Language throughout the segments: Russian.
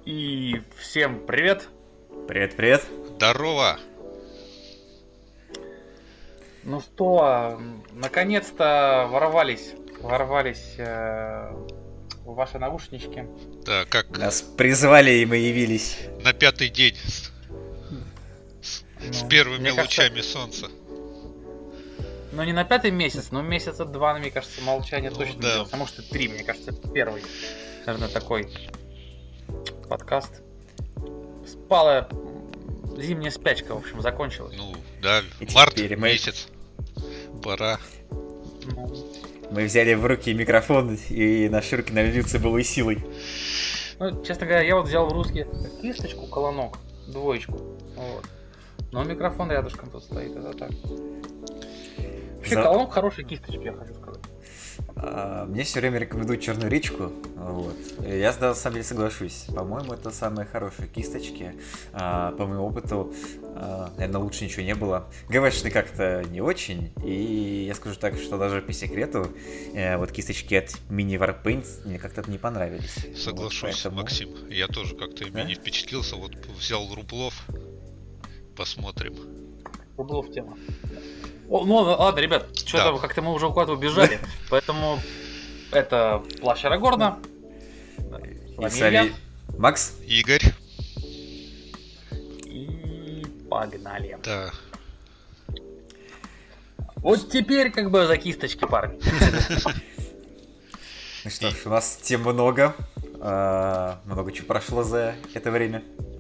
И всем привет! Привет-привет! Здорово! Ну что, наконец-то ворвались в ваши наушнички. Да, как Нас призвали, и мы явились. на пятый день с первыми мне кажется, лучами солнца. Ну не на пятый месяц, но месяца два, мне кажется, молчание Ну, точно да. не делать. А может и 3, мне кажется, это первый, наверное, такой подкаст. Спала зимняя спячка, в общем, закончилась. Ну, да, И март теперь мы- месяц. Пора. Ну, Мы взяли в руки микрофон, и наши руки нальются былой силой. Ну, честно говоря, я вот взял в руки кисточку, колонок, двоечку. Вот. Но микрофон рядышком тут стоит, это так. Вообще, За- колонок хорошая кисточка, я хочу сказать. Мне все время рекомендуют черную речку. Вот. И я, на самом деле, соглашусь. По-моему, это самые хорошие кисточки. По моему опыту, наверное, лучше ничего не было. ГВшный как-то не очень. И я скажу так, что даже по секрету, вот кисточки от Mini Warpaint мне как-то не понравились. Соглашусь, Вот, поэтому- Максим. Я тоже как-то ими Да? не впечатлился. Вот взял рублов. Посмотрим. Рублов тема. Ну ладно, ребят, что-то Да. как-то мы уже куда-то убежали. Поэтому это Плащ Арагорна. И С с вами вами Макс. Игорь. И погнали. Да. Вот теперь как бы за кисточки, парни. Ну что ж, у нас тем много. Много чего прошло за это время.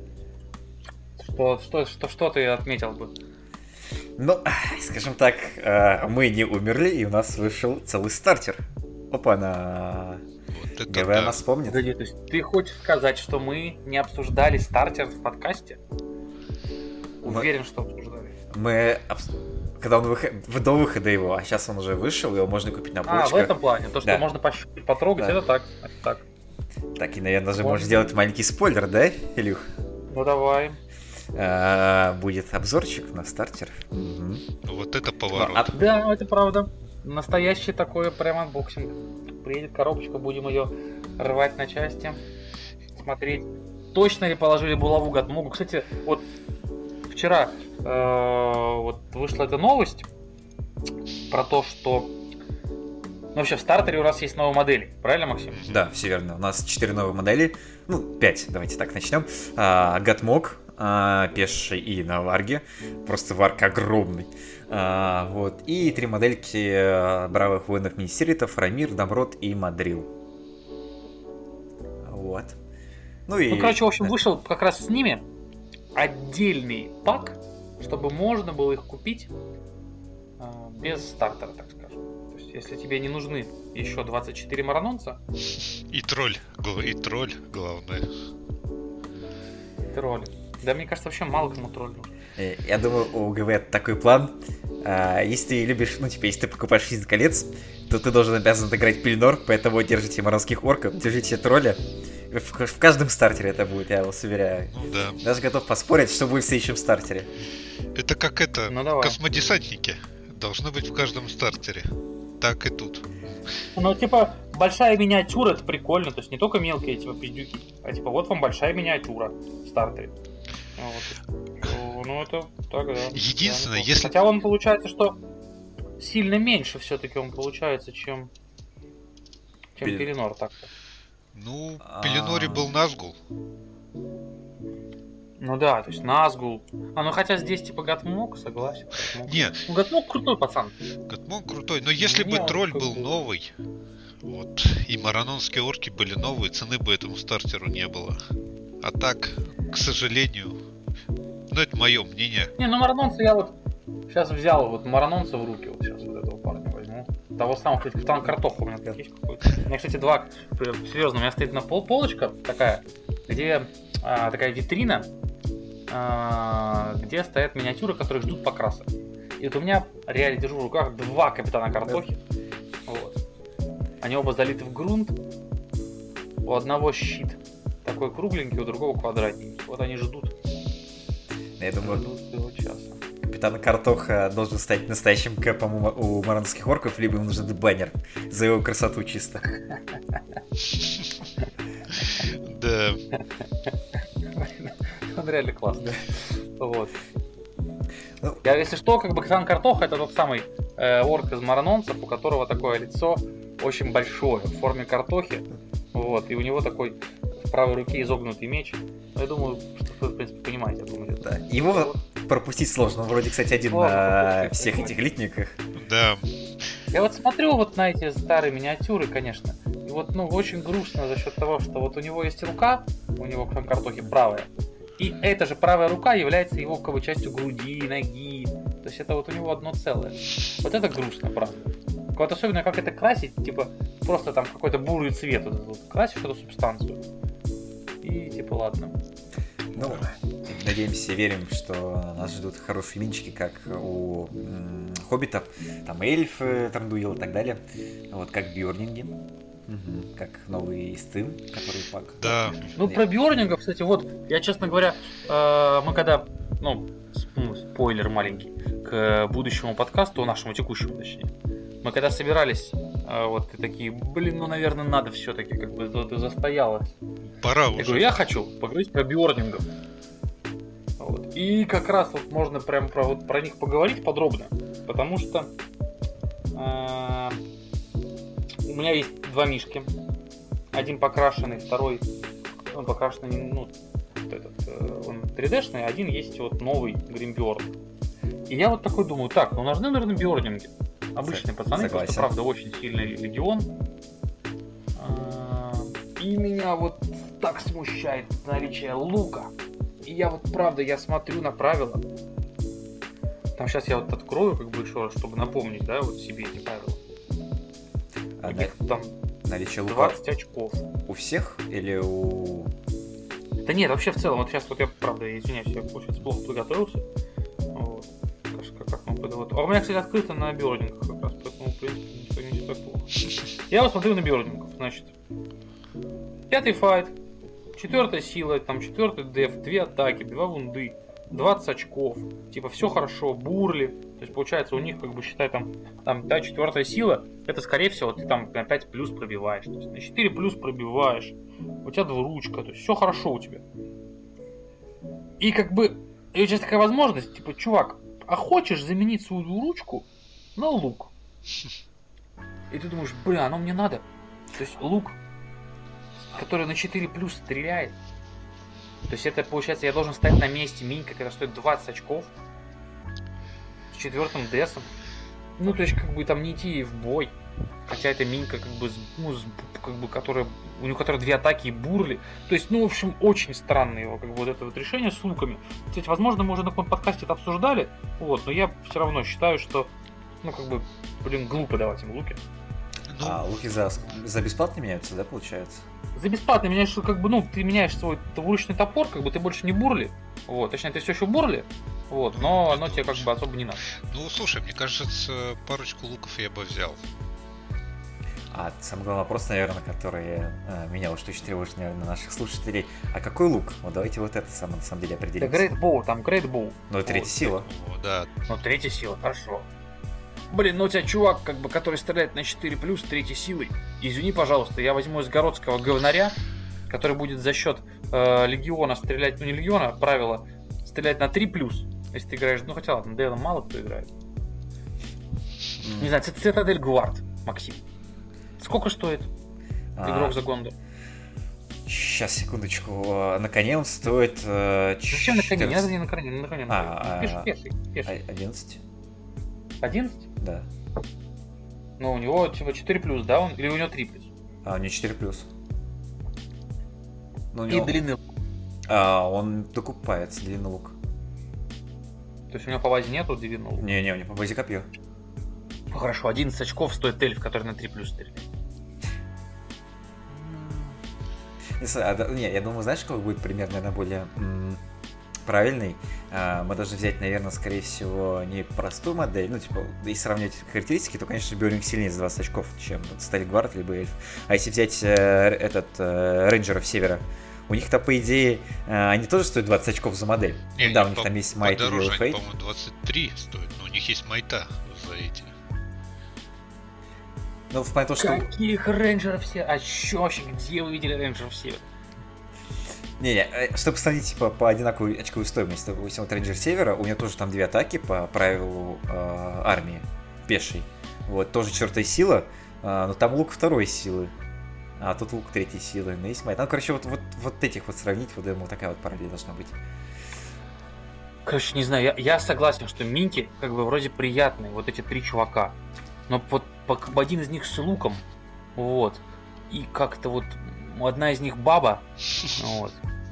Что ты отметил бы? Ну, скажем так, мы не умерли, и у нас вышел целый стартер. Опа-на! Вот это ГВ да. нас помнит. Погоди, то есть ты хочешь сказать, что мы не обсуждали стартер в подкасте? Уверен, что обсуждали. Мы, когда он до выхода его, а сейчас он уже вышел, его можно купить на В полочках. этом плане. То, что Да. можно пощупать, потрогать, Да. это так. Это так. Так, и, наверное, даже Вот. можешь сделать маленький спойлер, да, Илюх? Ну давай. Будет обзорчик на стартер. Мгм. Вот это Ну, поворот. Да, это правда. Настоящий такой прям анбоксинг. Приедет коробочка, будем ее рвать на части. Смотреть, точно ли положили булаву Гатмогу. Кстати, вот вчера вот вышла эта новость про то, что ну, вообще в стартере у нас есть новые модели. Правильно, Максим? Да, все верно. У нас 4 новые модели. Ну, 5, давайте так начнем. Гатмог, пеший и на варге. Просто варг огромный. Вот. И 3 модельки бравых воинов министеритов: Рамир, Домрот и Мадрил. Вот. Ну и... Ну, короче, в общем, вышел как раз с ними отдельный пак, чтобы можно было их купить без стартера, так скажем. То есть, если тебе не нужны еще 24 маранонца, И тролль. И тролль, главное. тролли. Да, мне кажется, вообще мало кому тролль нужен. Я думаю, у ГВ такой план. Если ты любишь, ну, типа, если ты покупаешь «Жизнь колец», то ты должен обязан отыграть Пельнор, поэтому держите маронских орков, держите тролля. В каждом стартере это будет, я вас уверяю. Ну да. Даже готов поспорить, что будет в следующем стартере. Это как это, Ну, давай. космодесантники. Должны быть в каждом стартере. Так и тут. Ну, типа, большая миниатюра, это прикольно. То есть, не только мелкие, типа, пиздюки, а типа, вот вам большая миниатюра в стартере. Вот. Ну, это так, да. Единственное, Да, если- Хотя он получается, что сильно меньше все-таки он получается, чем Пеленор так-то. Ну, Пеленори был Назгул. Ну да, то есть Назгул. Ну хотя здесь типа Гатмог, согласен. Гатмог. Не, Ну, Гатмог крутой пацан. Гатмон крутой, но если Не, бы он тролль как был бы- новый, вот, и маранонские орки были новые, цены бы этому стартеру не было. А так, к сожалению, ну это мое мнение. Не, ну маранонца я вот сейчас взял вот маранонца в руки, вот сейчас вот этого парня возьму. Того самого, кстати, капитан Картоха у меня тут есть какой-то. У меня, кстати, два, серьезно, у меня стоит на полочка такая, где такая витрина, где стоят миниатюры, которые ждут покраса. И вот у меня реально держу в руках два капитана Картохи. Вот. Они оба залиты в грунт. У одного щит такой кругленький, у другого квадратненький. Вот они ждут. Я думаю, Ждут своего часа. капитан Картоха должен стать настоящим кэпом у маронских орков, либо ему нужен баннер за его красоту чисто. Да. Да. Он реально классный. Вот. Ну. Я, если что, как бы Ксан Картоха это тот самый орк из маранонцев, у которого такое лицо очень большое, в форме картохи. Вот, и у него такой в правой руке изогнутый меч. Ну, я думаю, что вы, в принципе, понимаете, о чем идет. Да. Его пропустить сложно. Он вроде, кстати, один Сложно на пропустить, всех понимаете. этих литниках. Да. Я вот смотрю вот на эти старые миниатюры, конечно, и вот, ну, очень грустно за счет того, что вот у него есть рука, у него Ксан Картохи правая, и эта же правая рука является его как бы частью груди, ноги. То есть это вот у него одно целое. Вот это грустно, правда. Вот особенно как это красить, типа просто там какой-то бурый цвет вот, вот, красишь эту субстанцию. И типа ладно. Ну, надеемся, верим, что нас ждут хорошие минчики, как у хоббитов. Там эльфы, Трандуил и так далее. Вот как бьорнинги. Как новый стым, который пак. Да. Ну, про бьорнинга, кстати, вот, я, честно говоря, мы когда, ну, спойлер маленький, к будущему подкасту, нашему текущему, точнее, мы когда собирались, вот, и такие, блин, ну, наверное, надо все-таки, как бы, вот, застоялось. Пора Я уже. говорю, я хочу поговорить про бьорнингов. Вот. И как раз вот можно прям про них поговорить подробно, потому что у меня есть два мишки. Один покрашенный, второй, он покрашенный, ну, он 3D-шный, один есть вот новый Гримбьорн. И я вот такой думаю, так, ну нужны, наверное, бьорнинги. Обычные пацаны, потому что, правда, очень сильный легион. И меня вот так смущает наличие лука. И я вот, правда, я смотрю на правила. Там сейчас я вот открою, как бы еще раз, чтобы напомнить, да, вот себе эти правила. Там наличие лука 20 очков. у всех или у... Да нет, вообще в целом, вот сейчас вот я, правда, извиняюсь, я, получается, плохо подготовился. Вот. Как нам вот. А у меня, кстати, открыто на бьорнингах как раз, поэтому, в принципе, не все так плохо. Я вот смотрю на бьорнингов, значит. 5-й файт, 4-я сила, там 4-й деф, 2 атаки, 2 вунды, 20 очков. Типа все хорошо, бурли. То есть получается у них, как бы считай, там да, 4-я сила, это скорее всего ты там на 5 плюс пробиваешь. То есть на 4 плюс пробиваешь. У тебя двуручка, то есть все хорошо у тебя. И как бы, и вот сейчас такая возможность, типа, чувак, а хочешь заменить свою двуручку на лук? И ты думаешь, блин, оно мне надо. То есть лук, который на 4 плюс стреляет. То есть это получается, я должен стоять на месте минька, когда стоит 20 очков. С 4-м десом. Ну, то есть, как бы там не идти в бой. Хотя это минька, как бы, как бы, которая, у него которая 2 атаки и бурли. То есть, ну, в общем, очень странное его, как бы, вот это вот решение с луками. Кстати, возможно, мы уже на каком-то подкасте это обсуждали. Вот, но я все равно считаю, что, ну, как бы, блин, глупо давать им луки. Ну, А луки за бесплатно меняются, да, получается? За бесплатно меняешь, как бы, ну, ты меняешь свой двуручный топор, как бы ты больше не бурли. Вот, точнее, ты все еще бурли. Вот, но оно тебе как бы особо не надо. ну, слушай, мне кажется, парочку луков я бы взял. А самый главный вопрос, наверное, который меня уж точно тревожит, наверное, наших слушателей. А какой лук? Вот давайте вот это на самом деле Это определимся. Great Bow, там Great Bow. Ну, это 3-я Вот. сила. О, да. Ну, 3-я сила, хорошо. Блин, ну у тебя чувак, как бы, который стреляет на 4 плюс 3-й силой. Извини, пожалуйста, я возьму из городского говнаря, который будет за счет легиона стрелять, ну не легиона, а правило, стрелять на 3 плюс. Если ты играешь, ну хотя ладно, Дейлом мало кто играет. Не знаю, Цитадель Гвард, Максим. Сколько стоит игрок за Гондор? Сейчас, секундочку. На коне он стоит... Зачем на коне? Не надо 14. не на коне, не на коне. Пеший. 11? 11? Да. Ну, у него типа 4 плюс, да? Или у него 3 плюс? А у него 4 плюс. Ну, у И него... длины. он докупается, длинный лук. То есть у него по базе нету длинного лука? Не, у него по базе копье. Ну, хорошо, 11 очков стоит эльф, который на 3 плюс стреляет. Не, я думаю, знаешь, какой будет пример, наверное, более правильный? Мы должны взять, наверное, скорее всего, не простую модель, ну, типа, и сравнять характеристики, то, конечно, Бьорнинг сильнее за 20 очков, чем Стальгвард либо эльф. А если взять рейнджеров севера, у них-то, по идее, они тоже стоят 20 очков за модель. Не, Да, у них там есть Майт и подороже, они, Фейт. по-моему, 23 стоят, но у них есть Майта за эти. Ну, в плане того, что... Каких рейнджеров все? А чё вообще, где вы видели рейнджеров севера? Не, чтобы сравнить типа, по одинаковой очковой стоимости, допустим, вот Рейнджер Севера, у него тоже там 2 атаки по правилу армии пешей. Вот, тоже 4-я сила, но там лук 2-й силы, а тут лук 3-й силы. Ну, есть мои. Там, короче, вот этих вот сравнить, вот, я думаю, такая вот параллель должна быть. Короче, не знаю, я согласен, что минки как бы вроде приятные, вот эти 3 чувака. Но вот один из них с луком, вот, и как-то вот одна из них баба, вот.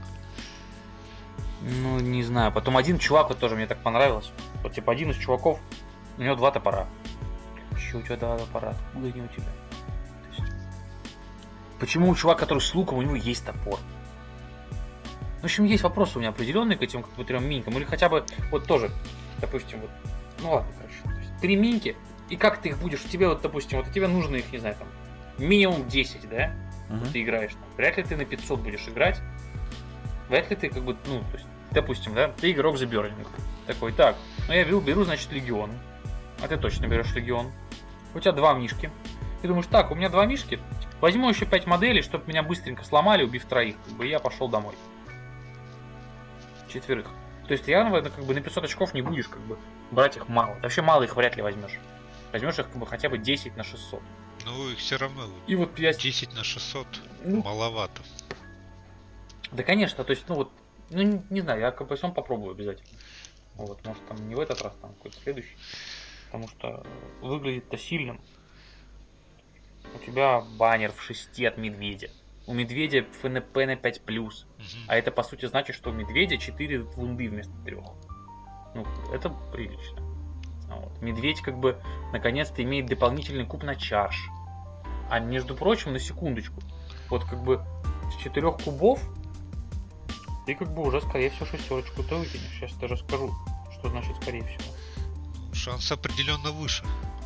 Ну, не знаю. Потом один чувак, вот тоже мне так понравилось. Вот типа один из чуваков, у него 2 топора. Еще у тебя 2 топора? Откуда они у тебя? То есть, почему у чувака, который с луком, у него есть топор? В общем, есть вопросы у меня определенные к этим как бы 3 минькам. Или хотя бы, вот тоже, допустим, вот, ну ладно, короче, то есть 3 миньки, и как ты их будешь, тебе вот, допустим, вот тебе нужно их, не знаю, там, минимум 10, да? Вот ты играешь там. Вряд ли ты на 500 будешь играть. Вряд ли ты как бы, ну, то есть, допустим, да, ты игрок за Burning. Такой, так, ну я беру, значит, Легион. А ты точно берешь Легион. У тебя 2 мишки. Ты думаешь, так, у меня 2 мишки, возьму еще 5 моделей, чтобы меня быстренько сломали, убив 3, как бы, и я пошел домой. 4. То есть, явно, как бы, на 500 очков не будешь, как бы, брать их мало. Вообще мало их вряд ли возьмешь. Возьмешь их, как бы, хотя бы 10 на 600. Ну, их все равно. И вот я... 10 на 600 маловато. Да, конечно, то есть, ну вот, ну не знаю, я как бы сам попробую обязательно. Вот, может там не в этот раз, там какой-то следующий. Потому что выглядит-то сильным. У тебя баннер в 6 от медведя. У медведя ФНП на 5+. А это по сути значит, что у медведя 4 вунды вместо 3. Ну, это прилично. Вот. Медведь как бы наконец-то имеет дополнительный куб на чарж. А между прочим, на секундочку, вот как бы с 4 кубов ты как бы уже скорее всего 6 ты выкинешь. Сейчас даже скажу, что значит скорее всего. Шанс определенно выше.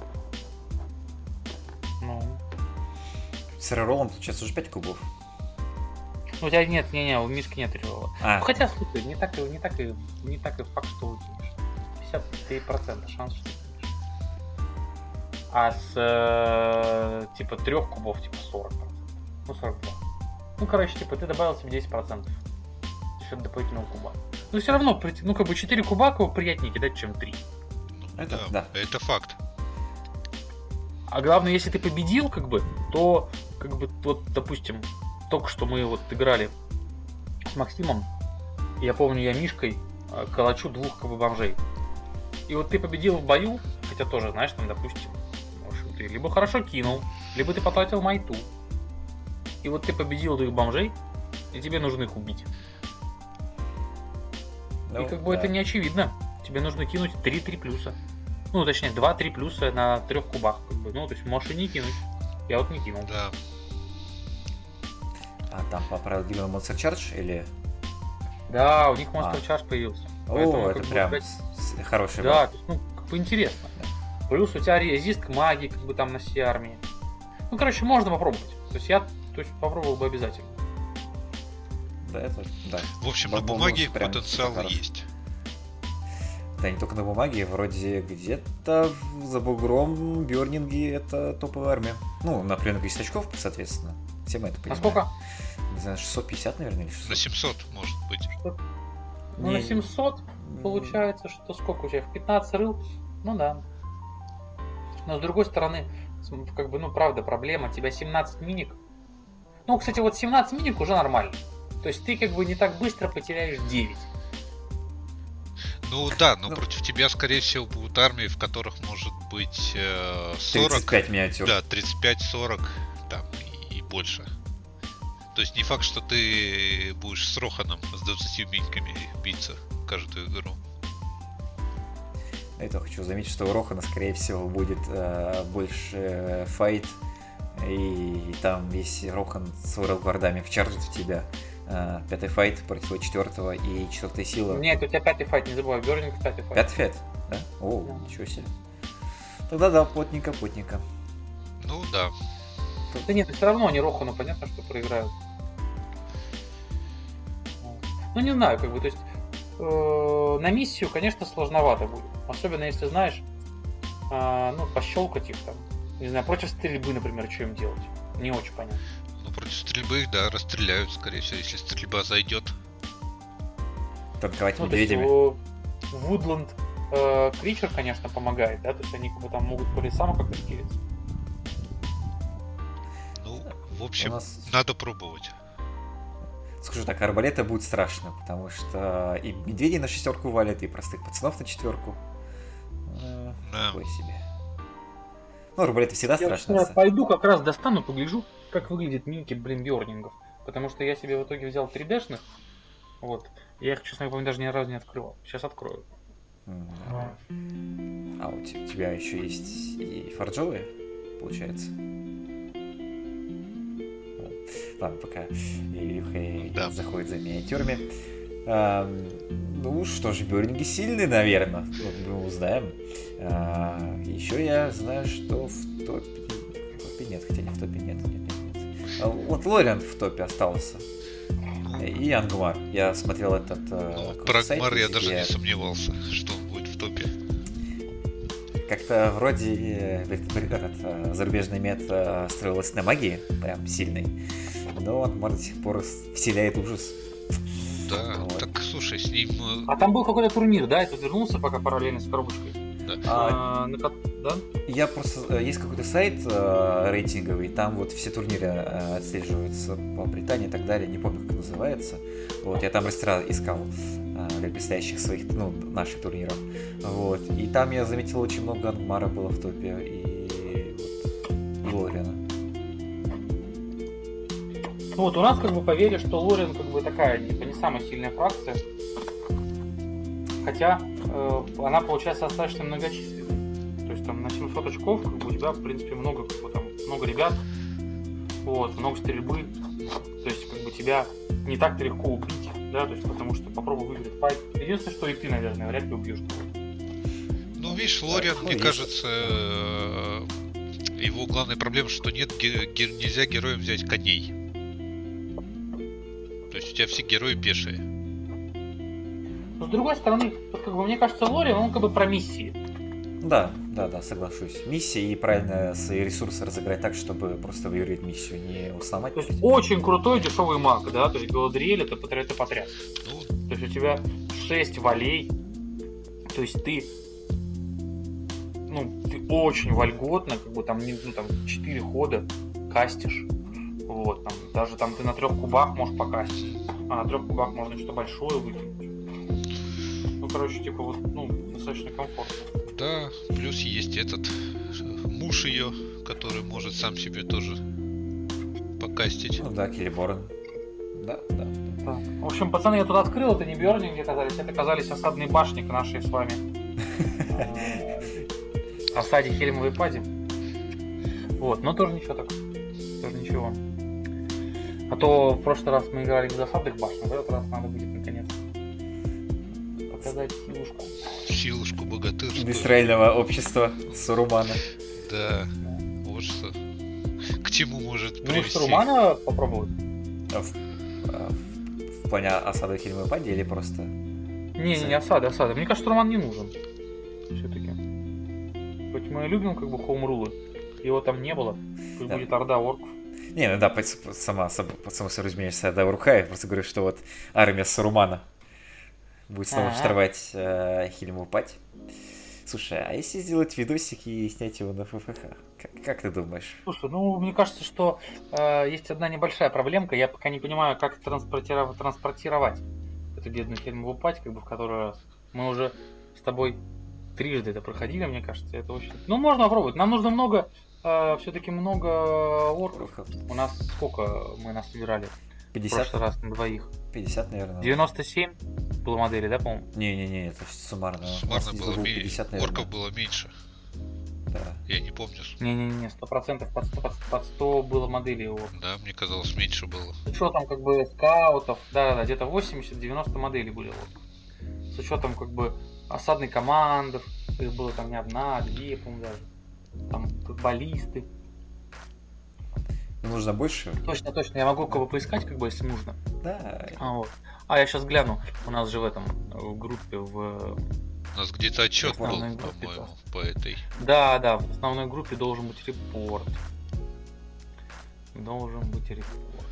Ну. С реролом тут сейчас уже 5 кубов. У тебя нет, у Мишки нет реролла. Ну, хотя, слушай, не так и факт, что выкинешь. 53% шанс, что выкинешь. А с типа 3 кубов типа 40%. Ну 42. Ну короче, типа ты добавил себе 10% за счет дополнительного куба. Но все равно, ну как бы 4 куба приятнее кидать, чем 3. Это, да. Это факт. А главное, если ты победил, как бы, то, как бы, вот, допустим, только что мы вот играли с Максимом, я помню, я Мишкой калачу 2 как бы бомжей. И вот ты победил в бою, хотя тоже, знаешь, там, допустим, в общем, ты либо хорошо кинул, либо ты потратил майту. И вот ты победил 2 бомжей, и тебе нужно их убить. Ну, и как бы это не очевидно. Тебе нужно кинуть 3 плюса. Ну, точнее, 2-3 плюса на 3 кубах. Как бы. Ну, то есть можешь и не кинуть. Я вот не кинул. Да. А там по правилу Demon Monster Charge или... Да, у них Monster Charge появился. Поэтому, это прям хороший да, то есть, ну, как бы интересно. Да. Плюс у тебя резист к магии, как бы там на всей армии. Ну, короче, можно попробовать. То есть я попробовал бы обязательно. Да, это, да. В общем, на бумаге потенциал есть. Да, не только на бумаге, вроде где-то за бугром Бёрнинги это топовая армия. Ну, на определенное количество очков, соответственно. Все мы это понимаем. А сколько? Не знаю, 650, наверное, или 600? На 700, может быть. Ну, на 700 получается, что сколько у тебя? В 15 рыл? Ну да. Но с другой стороны, как бы, ну, правда, проблема. У тебя 17 миник. Ну, кстати, вот 17 миник уже нормально. То есть ты как бы не так быстро потеряешь 9. Ну да, но против тебя, скорее всего, будут армии, в которых может быть 40. 35 миниатюр. Да, 35-40 там и больше. То есть не факт, что ты будешь с Роханом с 20 миньками биться каждую игру. Это хочу заметить, что у Рохана, скорее всего, будет больше файт. И там, если Рохан с Уорлгвардами вчаржит в тебя, 5-й файт против 4-го и 4-я сила. Нет, у тебя 5-й файт, не забывай, Бёрнинг 5-й файт. 5-й файт? Да? О, да. Ничего себе. Тогда да, плотненько. Ну да. Да нет, все равно они Рохану понятно, что проиграют. Ну не знаю, как бы, то есть на миссию, конечно, сложновато будет. Особенно если знаешь, ну, пощелкать их там. Не знаю, против стрельбы, например, что им делать. Не очень понятно. Ну, против стрельбы их, да, расстреляют, скорее всего, если стрельба зайдет. Танковать Ну, то есть медведями. Woodland Creature, конечно, помогает, да, то есть они как бы там могут по лесам как-то скилиться. Ну, в У общем, нас, надо пробовать. скажу так, арбалета будет страшно, потому что и медведей на 6 валят, и простых пацанов на 4. Да. Такое себе. Ну, арбалеты всегда Я страшно. пойду как раз достану, погляжу, как выглядит минки, бёрнингов. Потому что я себе в итоге взял 3D-шных. Вот. Я их, честно говоря, даже ни разу не открывал. Сейчас открою. Да. А у тебя еще есть и форджовые, получается? Ладно, пока Илюха заходит за миниатюрами. Ну что ж, бёрнинги сильные, наверное. Мы узнаем. Еще я знаю, что в топе нет, хотя не в топе нет. Вот Лориан в топе остался. И Ангмар. Я смотрел этот про сайт, Ангмар я даже не сомневался, что он будет в топе. Как-то вроде этот зарубежный мет строился на магии, прям сильный. Но Ангмар до сих пор вселяет ужас. Да, вот. Так слушай, с ним... А там был какой-то турнир, да? Это вернулся пока параллельно с коробочкой? Да. Да? Я просто... Есть какой-то сайт рейтинговый, там вот все турниры отслеживаются по Британии и так далее, не помню, как называется. Вот, я там мастера искал для предстоящих своих, наших турниров. Вот, и там я заметил, очень много Ангмара было в топе, и вот Лориана. Ну вот у нас как бы поверили, что Лориан как бы такая, типа, не самая сильная фракция. Хотя она получается достаточно многочисленная. То есть там на 700 очков как бы, у тебя в принципе много, как бы, там, много ребят, вот, много стрельбы. То есть как бы тебя не так-то легко убить, да, то есть потому что попробуй выиграть файт. Единственное, что и ты, наверное, вряд ли убьешь. Ну видишь, Лориан, мне кажется, его главная проблема, что нельзя героям взять коней. То есть у тебя все герои пешие. Но с другой стороны, вот, как бы, мне кажется, Лориан, он как бы про миссии. Да, соглашусь. Миссия и правильно свои ресурсы разыграть так, чтобы просто выиграть миссию, не сломать. То есть очень крутой дешевый маг, да, то есть Галадриэль это потряс. Ну, то есть у тебя 6 валей, то есть ты очень вольготно, как бы там, 4 хода кастишь. Вот, там, даже там ты на 3 кубах можешь покастить, а на 3 кубах можно что-то большое выкинуть. Ну, короче, типа вот, достаточно комфортно. Да, плюс есть этот муж ее, который может сам себе тоже покастить. Ну да, Киллиборн. Да. В общем, пацаны, я тут открыл, это не бёрнинги оказались, это оказались осадные башни к нашей с вами осаде Хельмовой пади. Вот, но тоже ничего так. Тоже ничего. А то в прошлый раз мы играли без осадных башен, в этот раз надо будет наконец показать силушку. Силушку богатырскую. Индустриального общества Сарумана. Да, вот что. К чему может привести. Сарумана попробовать? В плане осады Хельмовой пади или просто... Не осада. Мне кажется, Саруман не нужен. Все-таки. Хоть мы любим как бы хоум-рулы, его там не было. Пусть будет орда орков. Не, само собой разумеется, орда орков. Я просто говорю, что вот армия Сарумана будет снова штурмовать Хельмову падь. Слушай, а если сделать видосик и снять его на ФФХ? Как ты думаешь? Слушай, мне кажется, что есть одна небольшая проблемка. Я пока не понимаю, как транспортировать эту бедную Хельмову падь, как бы в который раз. Мы уже с тобой трижды это проходили, мне кажется. Это очень... можно попробовать. Нам нужно все-таки много орков. У нас сколько мы нас собирали? 50? В прошлый раз на двоих. 50, наверное. 97 было модели, да, по-моему? Не, это суммарно. Суммарно было 50, орков было меньше. Да. Я не помню. Не, 100% под 100 было моделей у орков. Да, мне казалось, меньше было. С учетом как бы скаутов, да, где-то 80-90 моделей были орков. С учетом как бы осадной команды, их было там не одна, две, по-моему, даже. Там баллисты. Нужно больше? Точно, я могу кого поискать, как бы, если нужно. Да. А я сейчас гляну, у нас же в группе У нас где-то отчет был, группе, по-моему, по этой. Да, в основной группе должен быть репорт. Должен быть рекорд.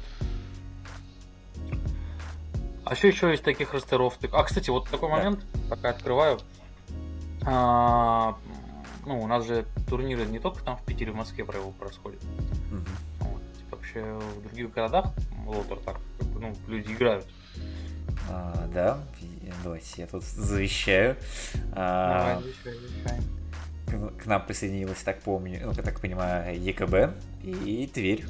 А что еще из таких ростеров? Кстати, вот такой момент, пока открываю. У нас же турниры не только там в Питере, в Москве происходят. Вот, вообще в других городах Лотер так, люди играют. Да, давайте я тут завещаю. Давай, завещай. К нам присоединилась, так понимаю, ЕКБ и Тверь.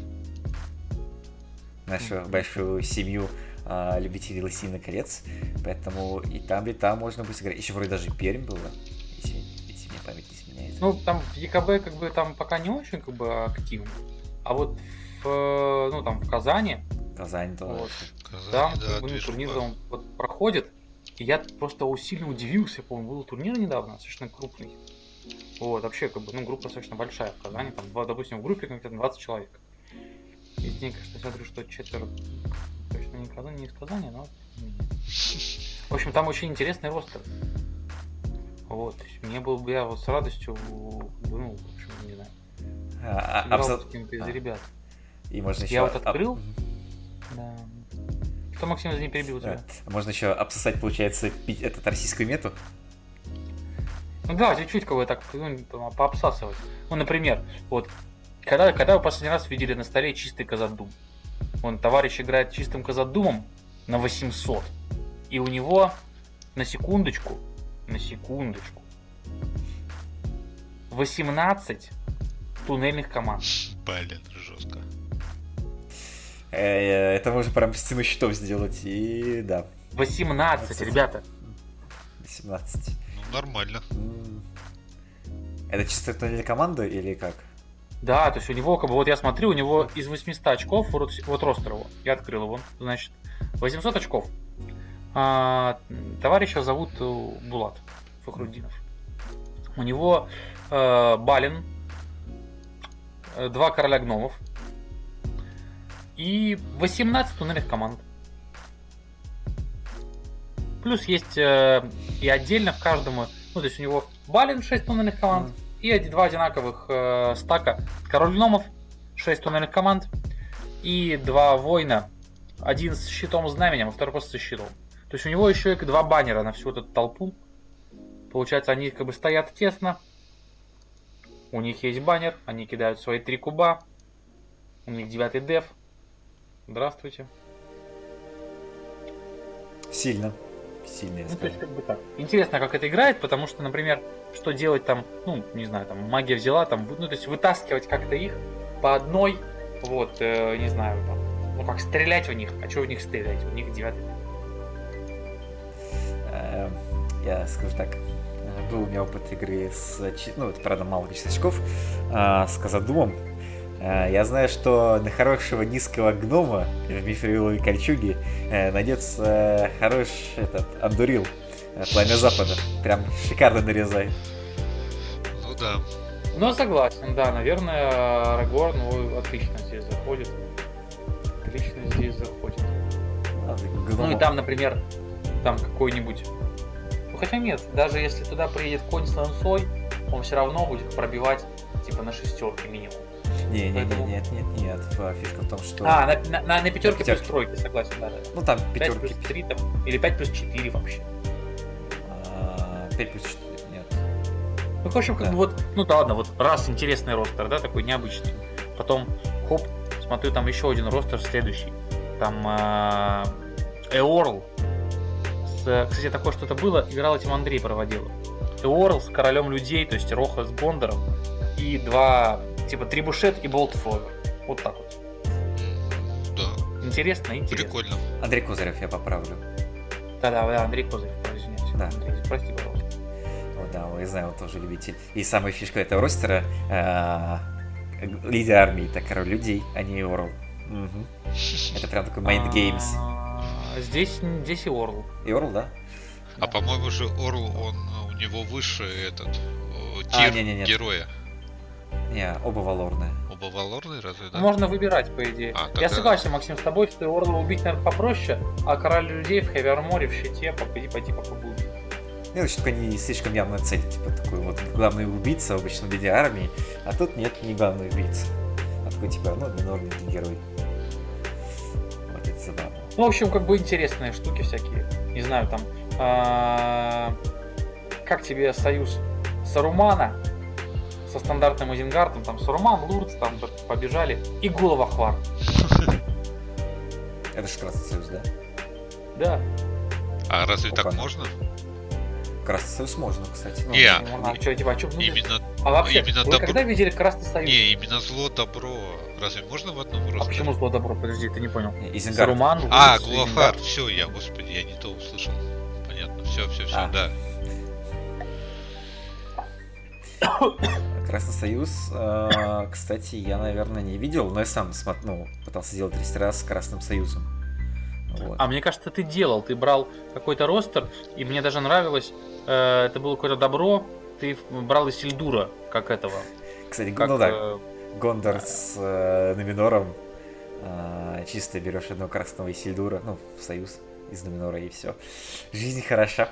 Нашу большую семью любителей «Властелина колец». Поэтому и там можно будет сыграть. Еще вроде даже Пермь было, если мне память не изменяет. Там в ЕКБ там пока не очень активно. А вот в Казани. Казань, да. Вот, Казань, там турнир проходит. И я просто сильно удивился. Я помню, был турнир недавно, достаточно крупный. Вот, вообще, группа достаточно большая в Казани. Там, допустим, в группе где-то 20 человек. Из них, конечно, смотрю, что 4 точно не из Казани, но... В общем, там очень интересный ростер. Вот, я с радостью, в общем, не знаю, играл с кем-то из ребят. И можно еще... Я открыл. Да. Что, Максим, из не перебил тебя? Можно еще обсосать, получается, этот российскую мету. Да, чуть-чуть так пообсасывать. Например, вот, когда вы последний раз видели на столе чистый Казадум? Товарищ играет чистым Казадумом на 800. И у него на секундочку 18 туннельных команд. Блин, жестко. Это можно прям стену счетов сделать, и да. 18, ребята. 18. Нормально. Это чисто туннельная команда или как? Да, то есть у него, вот я смотрю, у него из 800 очков, вот ростер его, я открыл его, значит, 800 очков. Товарища зовут Булат Фахруддинов. У него Балин, 2 короля гномов и 18 туннельных команд. Плюс есть и отдельно в каждом, то есть у него Балин 6 туннельных команд и 2 одинаковых стака король гномов, 6 туннельных команд и 2 воина, один с щитом знаменем, а второй просто со щитом. То есть у него еще и 2 баннера на всю эту толпу. Получается, они стоят тесно. У них есть баннер, они кидают свои 3 куба. У них 9-й деф. Здравствуйте. Сильно, я скажу. То есть, так. Интересно, как это играет, потому что, например, что делать там, не знаю, там магия взяла, то есть вытаскивать как-то их по одной, вот, не знаю, там, как стрелять в них, а что в них стрелять, у них 9-й деф. Я скажу так, был у меня опыт игры это, правда, мало количество очков, с Казадумом. Я знаю, что на хорошего низкого гнома в мифриловой кольчуге найдется хороший андурил, Пламя Запада. Прям шикарно нарезает. Ну да. Согласен, да, наверное, Арагорн отлично здесь заходит. И там, например, там какой-нибудь... хотя нет, даже если туда приедет конь с лансой, он все равно будет пробивать на 6 минимум. Нет. Фишка в том, что... На 5 плюс 3, согласен, да. Там 5 плюс 3 там, или 5 плюс 4 вообще. 5 плюс 4, нет. В общем, ладно, раз интересный ростер, да, такой необычный. Потом, смотрю, там еще один ростер следующий. Там Эорл. Кстати, такое что-то было, играл этим Андрей Проводилов. Эорл с королем людей, то есть Роха с Гондором. И 2, Трибушет и Болтфловер. Вот так вот. Да. Интересно. Прикольно. Андрей Козырев, я поправлю. Да, Андрей Козырев, извиняюсь. Да. Андрей, прости, пожалуйста. Да, я знаю, он тоже любитель. И самая фишка этого ростера лидер армии, это король людей, а не Эорл. Это прям такой Mind Games. Здесь и Орл. И Орл, да? А по-моему же Орл, у него выше тир героя. Не, оба валорные. Оба валорные, разве, да? Можно выбирать, по идее. Я согласен, Максим, с тобой, что Орла убить, наверное, попроще, а короля людей в Хэви Арморе, в щите, пойти попробуй. Значит, только не слишком явная цель, такой главный убийца обычно в виде армии, а тут нет, не главный убийца. такой, типа, ну, минорный герой. Вот это забавно. Ну, в общем, как бы интересные штуки всякие. Не знаю, там... как тебе союз Сарумана со стандартным Изенгардом? Там Саруман, Лурц, там побежали. И Головохвар. Это же Красный Союз, да? Да. А разве так Опа. можно? Красный Союз можно, кстати. Ну, Не, А что, типа, именно, А вообще, именно вы добро... когда видели Красный Союз? Не, именно зло, добро. Разве можно в одном А ростере? почему зло добро? Подожди, ты не понял. Изенгард. Саруман, Лурц, А, Глуафар, Изенгард. все, господи, я не то услышал. Понятно, все, А. да. Красный Союз, кстати, я, наверное, не видел, но я сам пытался делать 30 раз с Красным Союзом. Вот. А мне кажется, ты делал. Ты брал какой-то ростер, и мне даже нравилось, это было какое-то добро, ты брал из Сильдура, как этого. Кстати, Как, ну да, Гондор с Нуминором, чисто берешь одного красного Исильдура, ну, в союз из Нуминора, и все. Жизнь хороша.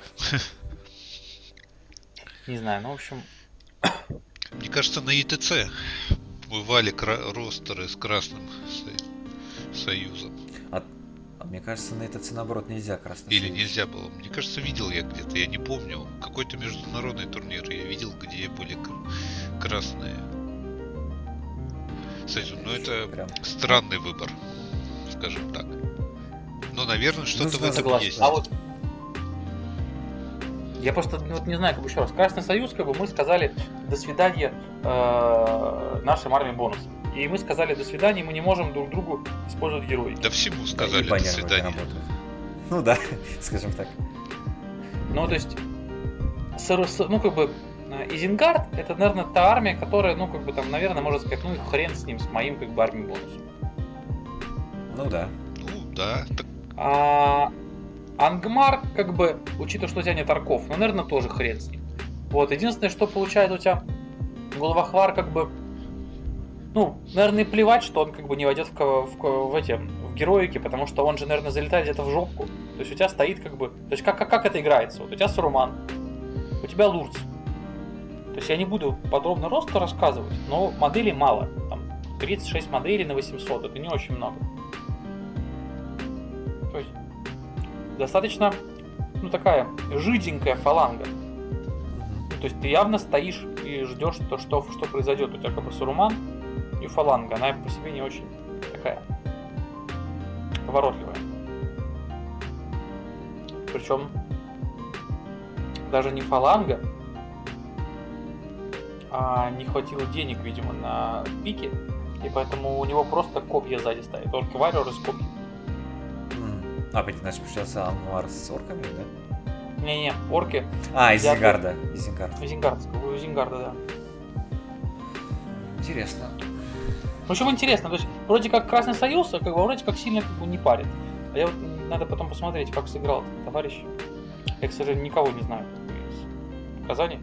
Не знаю, ну, в общем... Мне кажется, на ИТЦ бывали ростеры с Красным Союзом. А мне кажется, на ИТЦ, наоборот, нельзя Красный Или Союз. нельзя было. Мне кажется, видел я где-то, я не помню. Какой-то международный турнир я видел, где были красные союзы. Но это Прям. странный выбор, скажем так. Но, наверное, что-то в этом Согласен. есть. А вот я просто вот не знаю, как бы еще раз. Красный Союз, как бы мы сказали до свидания нашим армии бонус. И мы сказали до свидания, мы не можем друг другу использовать герои. Да всему Да, сказали и до понятно, как свидания. работает. Ну да, скажем так. Ну, то есть, ну, как бы, Изенгард, это, наверное, та армия, которая, ну, как бы, там, наверное, можно сказать, ну, и хрен с ним, с моим, как бы, армией бонусом. Ну да. Ну, да. Так, А Ангмар, как бы, учитывая, что у тебя нет арков, ну, наверное, тоже хрен с ним. Вот, единственное, что получается у тебя Головохвар, как бы, ну, наверное, плевать, что он, как бы, не войдет в героики, потому что он же, наверное, залетает где-то в жопку. То есть у тебя стоит, как бы, то есть как это играется? Вот у тебя Саруман, у тебя Лурц. То есть я не буду подробно росту рассказывать, но моделей мало. Там 36 моделей на 800, это не очень много. То есть достаточно, ну, такая жиденькая фаланга. Ну, то есть ты явно стоишь и ждешь, что произойдет. У тебя как бы Саруман и фаланга, она по себе не очень такая поворотливая. Причем даже не фаланга, а не хватило денег, видимо, на пике, и поэтому у него просто копья сзади стоят, только варьер из копий. А, значит, получается Ангмар с орками, да? Не-не, орки. А, из взяты- Зенгарда. Из Зенгарда. У Изенгарда, да. Интересно. В общем, интересно, то есть вроде как Красный Союз, а как бы вроде как сильно, как бы, не парит. А я вот надо потом посмотреть, как сыграл этот товарищ. Я, к сожалению, никого не знаю, как бы, из Казани.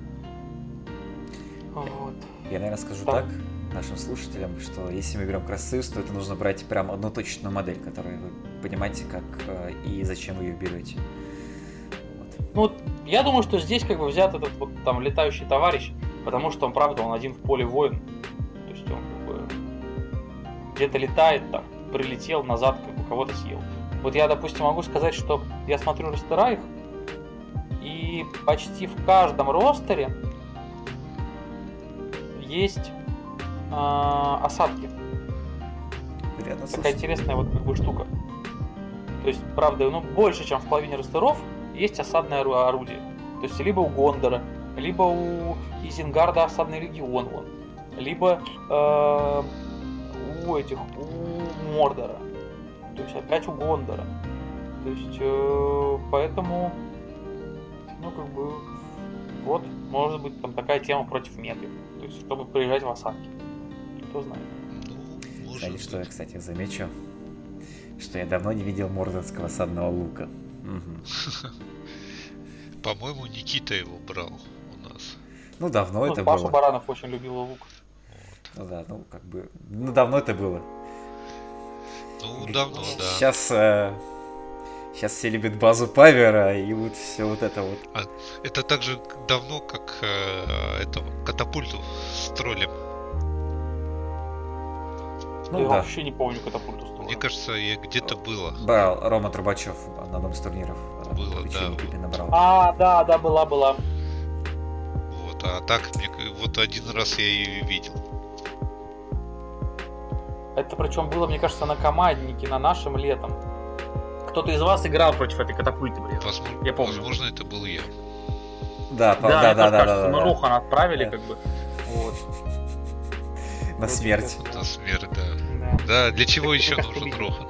Вот. Я, наверное, скажу Да. так нашим слушателям, что если мы берем Красный Союз, то это нужно брать прям одну точную модель, которую вы понимаете, как и зачем вы ее берете. Вот. Ну вот, я думаю, что здесь как бы взят этот вот там летающий товарищ, потому что он, правда, он один в поле воин. То есть он как бы где-то летает там, прилетел назад, как бы кого-то съел. Вот я, допустим, могу сказать, что я смотрю ростера их, и почти в каждом ростере есть осадки. Приятно Такая слушать. интересная вот как бы штука. То есть, правда, ну, больше, чем в половине ростеров, есть осадное орудие. То есть, либо у Гондора, либо у Изенгарда осадный легион, вон, либо у Мордора. То есть, опять у Гондора. То есть, поэтому, ну, как бы, вот, может быть, там такая тема против меты. То есть, чтобы приезжать в осадки. Кто знает. ну, может Знаете, что я, быть. кстати, замечу? Что я давно не видел мордорского осадного лука. Мгм. По-моему, Никита его брал у нас. Ну, давно Ну, это Паша было. Баранов очень любил лук. Ну да, ну как бы. Ну, давно это было. Ну, давно, да. Сейчас все любят базу Павера и вот все вот это вот. Это так же давно, как этого катапульту с троллем. Я вообще не помню катапульту стоила. Мне кажется, я где-то было. Брал Рома Трубачев на одном из турниров. Было, да. Набрал. Да, была. Вот, а так, вот один раз я ее видел. Это причем было, мне кажется, на команднике, на нашем летом. Кто-то из вас играл против этой катапульты, блин. Я помню. Возможно, это был я. Да. Мы Рохан отправили, как бы. Вот. На смерть. На смерть, да. Да, для чего еще нужен Рохан?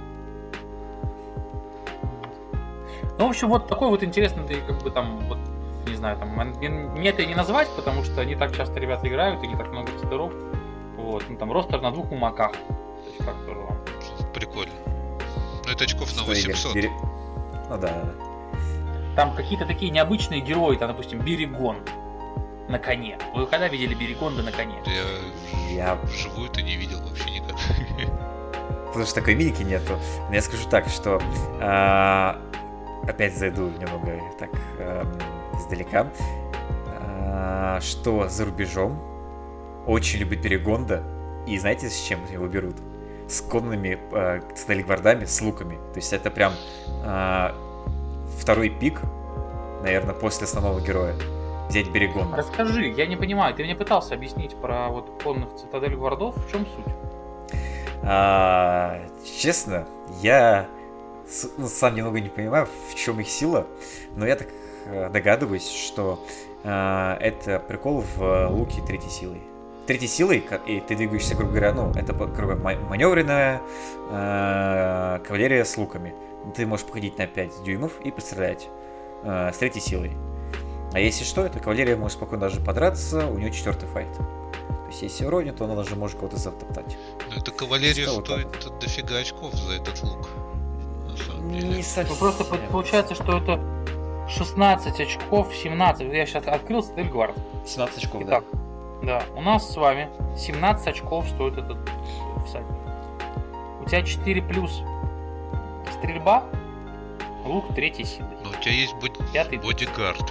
Ну, в общем, вот такой вот интересный, как бы там, вот, не знаю, там, мне это и не назвать, потому что не так часто ребята играют, и не так много тестеров. Вот, ну там ростер на 2 умаках. То есть как тоже вам. Прикольно. Ну это очков на 800. Ну да. Там какие-то такие необычные герои, там, допустим, Берегон на коне. Вы когда видели Берегонда на коне? Я вживую-то не видел вообще никогда. Потому что такой миники нету. Но я скажу так, что опять зайду немного так издалека, что за рубежом очень любит Берегонда. И знаете, с чем его берут? С конными сталигвардами, с луками. То есть это прям второй пик, наверное, после основного героя. Взять Берегонда. Расскажи, я не понимаю, ты мне пытался объяснить про вот конных цитадель гвардов, в чем суть? Честно, я сам немного не понимаю, в чем их сила, но я так догадываюсь, что это прикол в луке третьей силой. Третьей силой, и ты двигаешься, грубо говоря, ну, это маневренная кавалерия с луками. Ты можешь походить на 5 дюймов и пострелять с третьей силой. А если что, эта кавалерия может спокойно даже подраться, у нее 4-й файт. То есть если уронит, то она даже может кого-то затоптать. Ну эта кавалерия стоит дофига очков за этот лук. На самом деле. Не совсем. Ну, просто получается, что это 16 очков, 17. Я сейчас открыл Цитадель Гвард. 17 очков, Итак, да. У нас с вами 17 очков стоит этот всадник. У тебя 4 плюс стрельба, лук третьей силы. Но у тебя есть бодигард.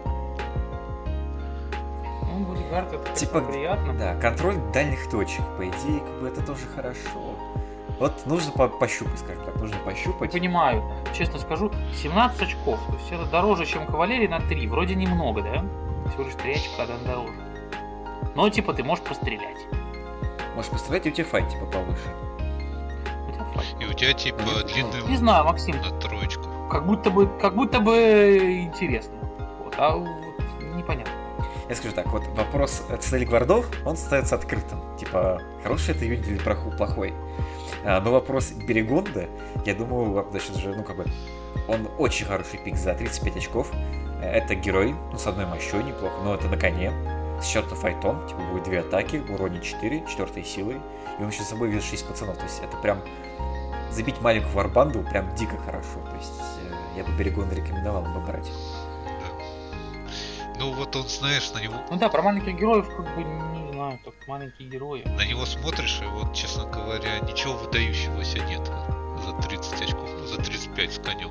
Ну, бодигард это типа приятно. Да, контроль дальних точек, по идее, как бы это тоже хорошо. Вот нужно пощупать, скажем так, нужно пощупать. Не понимаю, честно скажу, 17 очков, то есть это дороже, чем кавалерии на 3, вроде немного, да? Всего лишь 3 очка, да, дороже. Но типа ты можешь пострелять. Можешь пострелять, и у тебя файт типа повыше. И у тебя типа длинный лук. Не знаю, Максим. На 3. Как будто бы интересно. Вот, а вот непонятно. Я скажу так, вот вопрос Цитадель Гвардов, он остается открытым. Типа, хороший это юнит или плохой. Но вопрос Берегонда, я думаю, значит, уже, ну, как бы, он очень хороший пик за 35 очков. Это герой, ну, с одной мощой неплохо, но это на коне, с 4-й файтом, типа, будет 2 атаки, уронит 4, 4-й силой, и он еще с собой везет 6 пацанов, то есть это прям, забить маленькую варбанду прям дико хорошо, то есть я бы Берегонда рекомендовал бы брать. Ну вот он, знаешь, на него... Ну да, про маленьких героев как бы не знаю, только маленькие герои. На него смотришь, и вот, честно говоря, ничего выдающегося нет за 30 очков, за 35 с конем.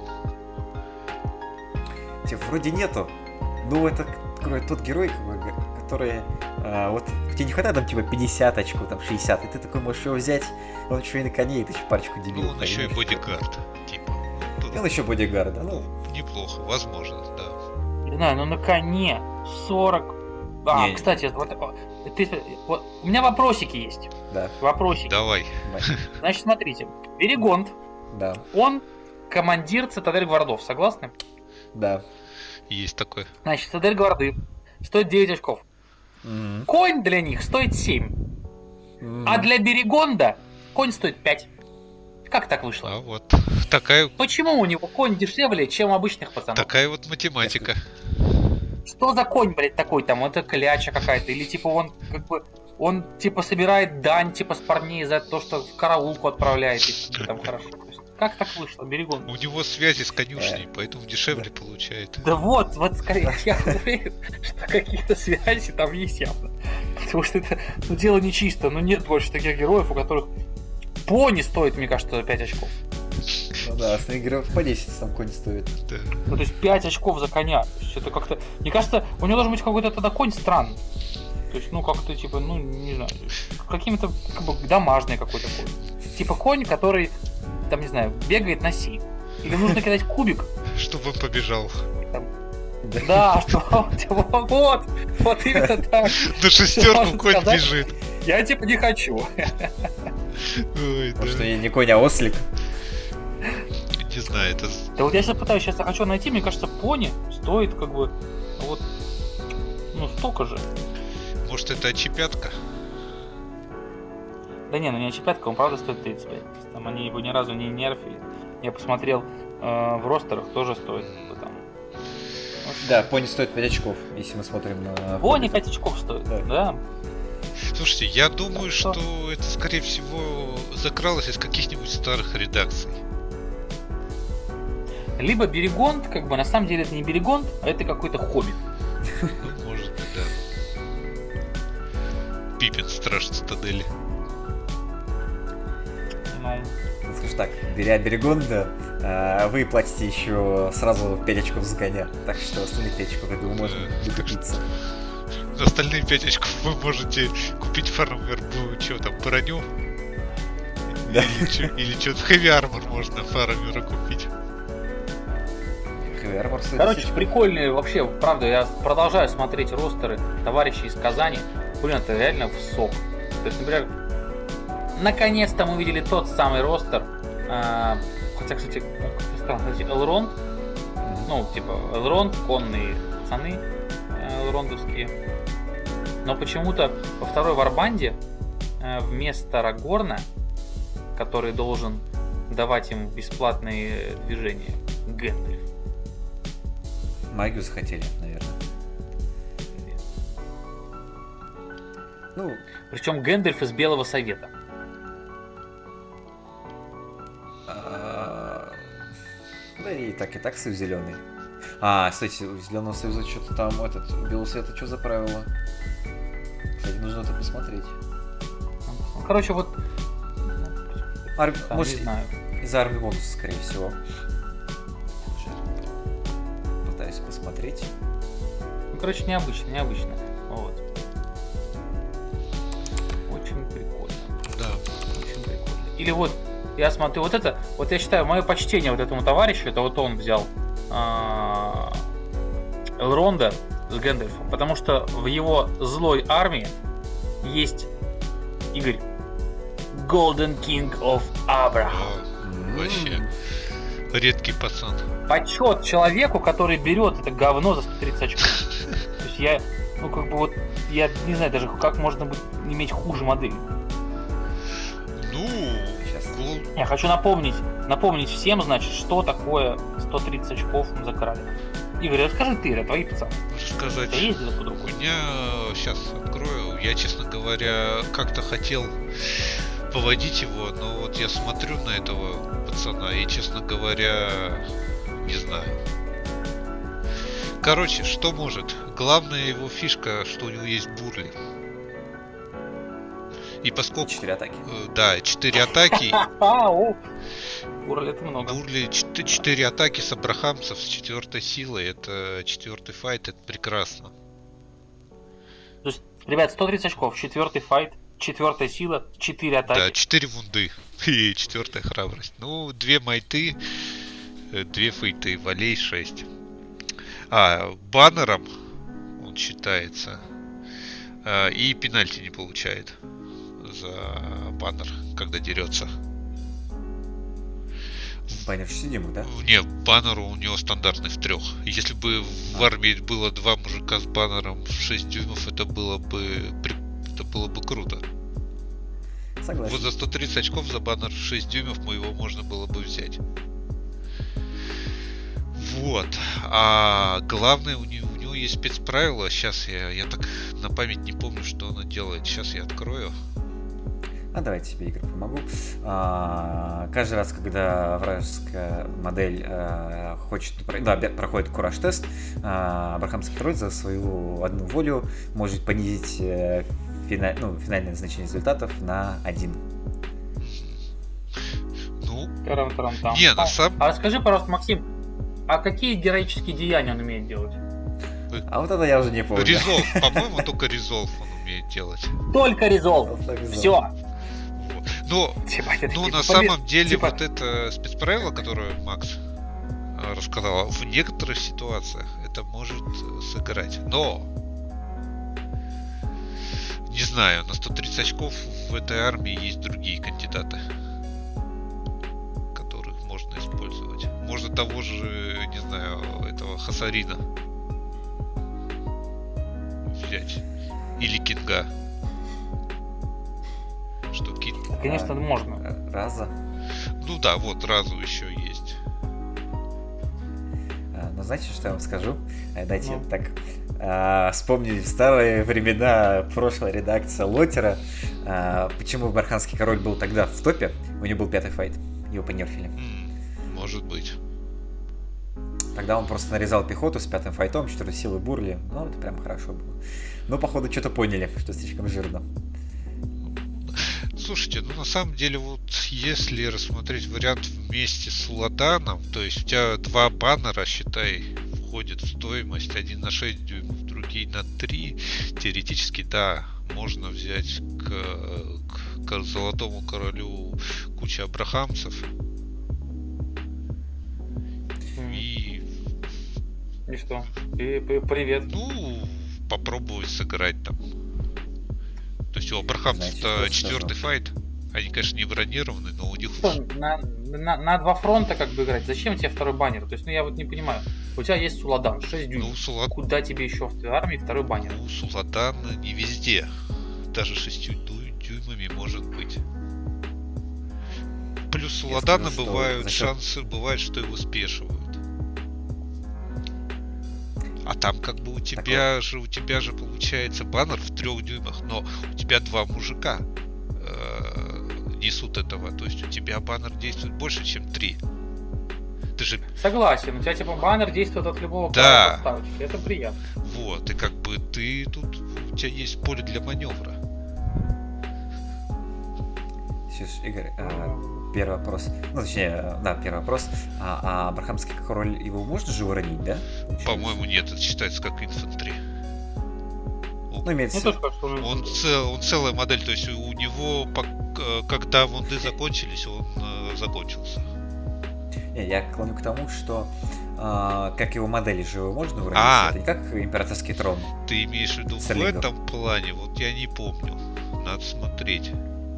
Типа, вроде нету, но это тот герой, который... вот тебе не хватает там типа 50 очков, там 60, и ты такой можешь его взять, он еще и на коне, и ты еще парочку дебилов. Ну он еще и бодигард, типа. И он еще бодигард, да? Ну, неплохо, возможно, да. Не знаю, но на коне 40... кстати, вот, у меня вопросики есть. Да. Вопросики. Давай. Значит, смотрите. Берегонд. Да. Он командир Цитадель Гвардов, согласны? Да. Есть такое. Значит, Цитадель Гварды стоит 9 очков. Mm-hmm. Конь для них стоит 7. Mm-hmm. А для Берегонда конь стоит 5. Как так вышло? А вот такая... Почему у него конь дешевле, чем у обычных пацанов? Такая вот математика. Что за конь, блядь, такой там? Это кляча какая-то? Или типа он как бы... Он типа собирает дань типа с парней за то, что в караулку отправляет, и там хорошо. Как так вышло, Берегон? У него связи с конюшней, поэтому дешевле получает. Да вот скорее, я уверен, что какие-то связи там есть явно. Потому что это, дело нечисто, но нет больше таких героев, у которых пони стоит, мне кажется, 5 очков. Ну да, основных героев по 10 сам конь стоит. Да. Ну то есть 5 очков за коня. То есть это как-то... Мне кажется, у него должен быть какой-то тогда конь странный. То есть, ну, как-то, типа, ну, не знаю, каким-то, как бы, домашний какой-то конь. Типа конь, который, там, не знаю, бегает на си. Или нужно кидать кубик. Чтобы он побежал. Да, что вот именно так. На шестерку конь бежит. Я, типа, не хочу. Ой, Потому что да. я не конь, а ослик. Не знаю, это... Да вот я сейчас хочу найти, мне кажется, пони стоит, как бы, вот, ну, столько же. Может, это очепятка? Да не, ну не очепятка, он правда стоит 35. Там они его ни разу не нерфили. Я посмотрел в ростерах, тоже стоит. Типа, там. Да, пони стоит 5 очков, если мы смотрим на... Пони 5 очков стоит, да. Слушайте, я думаю, Так что- что это, скорее всего, закралось из каких-нибудь старых редакций. Либо Берегонт, как бы, на самом деле это не Берегонт, а это какой-то хоббит. Ну, может быть, да. Пипин, страж цитадели. Ну, Скажу так, беря Берегонда, вы платите еще сразу 5 очков за коня. Так что остальные 5 очков, я думаю, можно докупиться. Остальные 5 очков вы можете купить фармер, что там, броню? Да. Или что-то Heavy Armor можно фармера купить. Heavy Armor стоит короче, 10 очков. прикольные вообще, правда, я продолжаю смотреть ростеры товарищей из Казани. Блин, это реально в сок. То есть, например, наконец-то мы увидели тот самый ростер. Хотя, кстати, ну, как-то странно, кстати, Элронд. Ну, типа, Элронд, конные пацаны элрондовские. Но почему-то во второй варбанде вместо Рагорна, который должен давать им бесплатные движения, Гэндальф. Магию захотели, наверное. Ну, Причем Гэндальф из Белого Совета. да и так Союз зеленый. Кстати, у Зеленого Союза что-то там, Белый Совет, это что за правило? Кстати, нужно это посмотреть. Короче, вот, там, Может, не знаю. из-за армии бонуса, скорее всего. Пытаюсь посмотреть. Ну, короче, необычно. Вот. Очень прикольно. Да. Очень прикольно. Или вот, я смотрю, вот я считаю, мое почтение вот этому товарищу, это вот он взял Элронда с Гэндальфом, потому что в его злой армии есть Игорь. Golden King of Abraham. Вообще. Редкий пацан. Почет человеку, который берет это говно за 130 очков. То есть я, ну как бы вот, я не знаю даже, как можно быть, иметь хуже модели. Ну, Сейчас. Я хочу напомнить всем, значит, что такое 130 очков за короля. Игорь, расскажи ты, это твои пацаны. рассказать. Я ездил под У рукой. меня сейчас открою. Я, честно говоря, как-то хотел поводить его, но вот я смотрю на этого пацана и, честно говоря, не знаю. Короче, что может? Главная его фишка, что у него есть бурли. И поскольку... 4 атаки. Да, 4 атаки. Бурли это много. Бурли 4 атаки с абрахамцев с 4 силой. Это 4-й файт, это прекрасно. То есть, ребят, 130 очков, 4-й файт, 4-я сила, 4 атаки. Да, 4 вунды и 4-я храбрость. Ну, 2 майты, 2 фейты, валей 6. Баннером он считается. И пенальти не получает за баннер, когда дерется. Баннер 6 дюймов, да? Не, баннер у него стандартный в 3. Если бы в армии было 2 мужика с баннером в 6 дюймов, это было бы круто. Согласен. Вот за 130 очков за баннер в 6 дюймов его можно было бы взять. Вот. А главное, у него есть спецправила. Сейчас я так на память не помню, что она делает. Сейчас я открою. Давайте тебе, Игорь, помогу. Каждый раз, когда вражеская модель проходит кураж-тест, абрахамский король за свою одну волю может понизить финальное значение результатов на 1. Ну, Тарам-тарам-там. не, на самом... А скажи, пожалуйста, Максим, а какие героические деяния он умеет делать? А вот это я уже не помню. Резолв, по-моему, только резолв он умеет делать. Только резолв. Все. Но на самом деле вот это спецправило, которое Макс рассказал, в некоторых ситуациях это может сыграть. Но не знаю, на 130 очков в этой армии есть другие кандидаты, которых можно использовать. Можно того же, не знаю, этого Хасарина взять. Или Кинга. Что Кинг? Конечно, можно. Раза. Ну да, вот Разу еще есть. Ну, знаете, что я вам скажу? Дайте так вспомнить старые времена прошлой редакции Лотера. Почему Барханский король был тогда в топе? У него был 5-й файт. Его понерфили. Может быть. Тогда он просто нарезал пехоту с 5-м файтом, 4 силы бурли. Ну, это прям хорошо было. Но, походу, что-то поняли, что слишком жирно. Слушайте, ну на самом деле, вот если рассмотреть вариант вместе с Ладаном, то есть у тебя 2 баннера, считай, входит в стоимость, один на 6 дюймов, другие на 3, теоретически, да, можно взять к Золотому Королю кучу абрахамцев. И что? Привет. Ну, попробовать сыграть там. То есть у абрахамцев-то 4-й файт. Они, конечно, не бронированы, но у них... На 2 фронта как бы играть. Зачем тебе 2-й баннер? То есть, я вот не понимаю. У тебя есть Суладан, 6 дюймов. Куда тебе еще в армии 2-й баннер? Ну, Суладан не везде. Даже 6 дюймами может быть. Плюс Суладана бывают шансы, бывает, что его спешивают. А там как бы у тебя же получается баннер в 3 дюймах, но у тебя 2 мужика несут этого. То есть у тебя баннер действует больше, чем 3. Ты же... Согласен, у тебя типа баннер действует от любого поставочки. Это приятно. Вот, и как бы ты тут, у тебя есть поле для маневра. Слушай, Игорь, первый вопрос. Ну, точнее, да, первый вопрос. А Абрахамский король, его можно же уронить, да? По-моему, нет, это считается как инфантри. Ну, имеется в виду. Он целая модель, то есть у него, когда вунды закончились, он закончился. Я клоню к тому, что как его модели же его можно уронить, это не как императорский трон. Ты имеешь в виду в этом плане? Вот я не помню. Надо смотреть.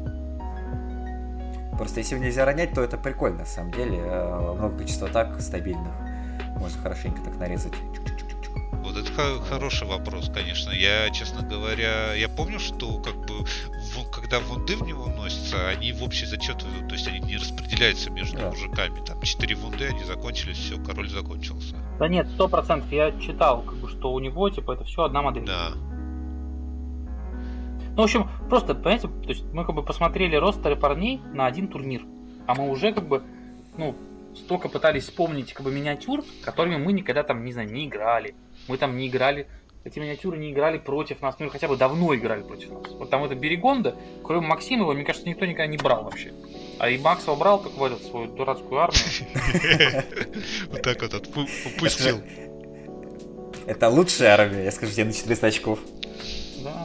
Просто если его нельзя ронять, то это прикольно, на самом деле. Много количества атак стабильных. Можно хорошенько так нарезать. Вот это хороший вопрос, конечно. Я, честно говоря, я помню, что как бы когда вунды в него носятся, они в общий зачет идут, то есть они не распределяются между мужиками. Там 4 вунды, они закончились, все, король закончился. Да нет, 100%. Я читал, как бы, что у него, типа, это все одна модель. Да. Ну, в общем, просто, понимаете, то есть мы как бы посмотрели ростеры парней на один турнир, а мы уже как бы, столько пытались вспомнить как бы миниатюр, которыми мы никогда там, не знаю, не играли. Мы там не играли, эти миниатюры не играли против нас, хотя бы давно играли против нас. Вот там это Берегонда, кроме Максимова, мне кажется, никто никогда не брал вообще. А и Макс его брал только в эту свою дурацкую армию. Вот так вот упустил. Это лучшая армия, я скажу тебе, на 400 очков. Да.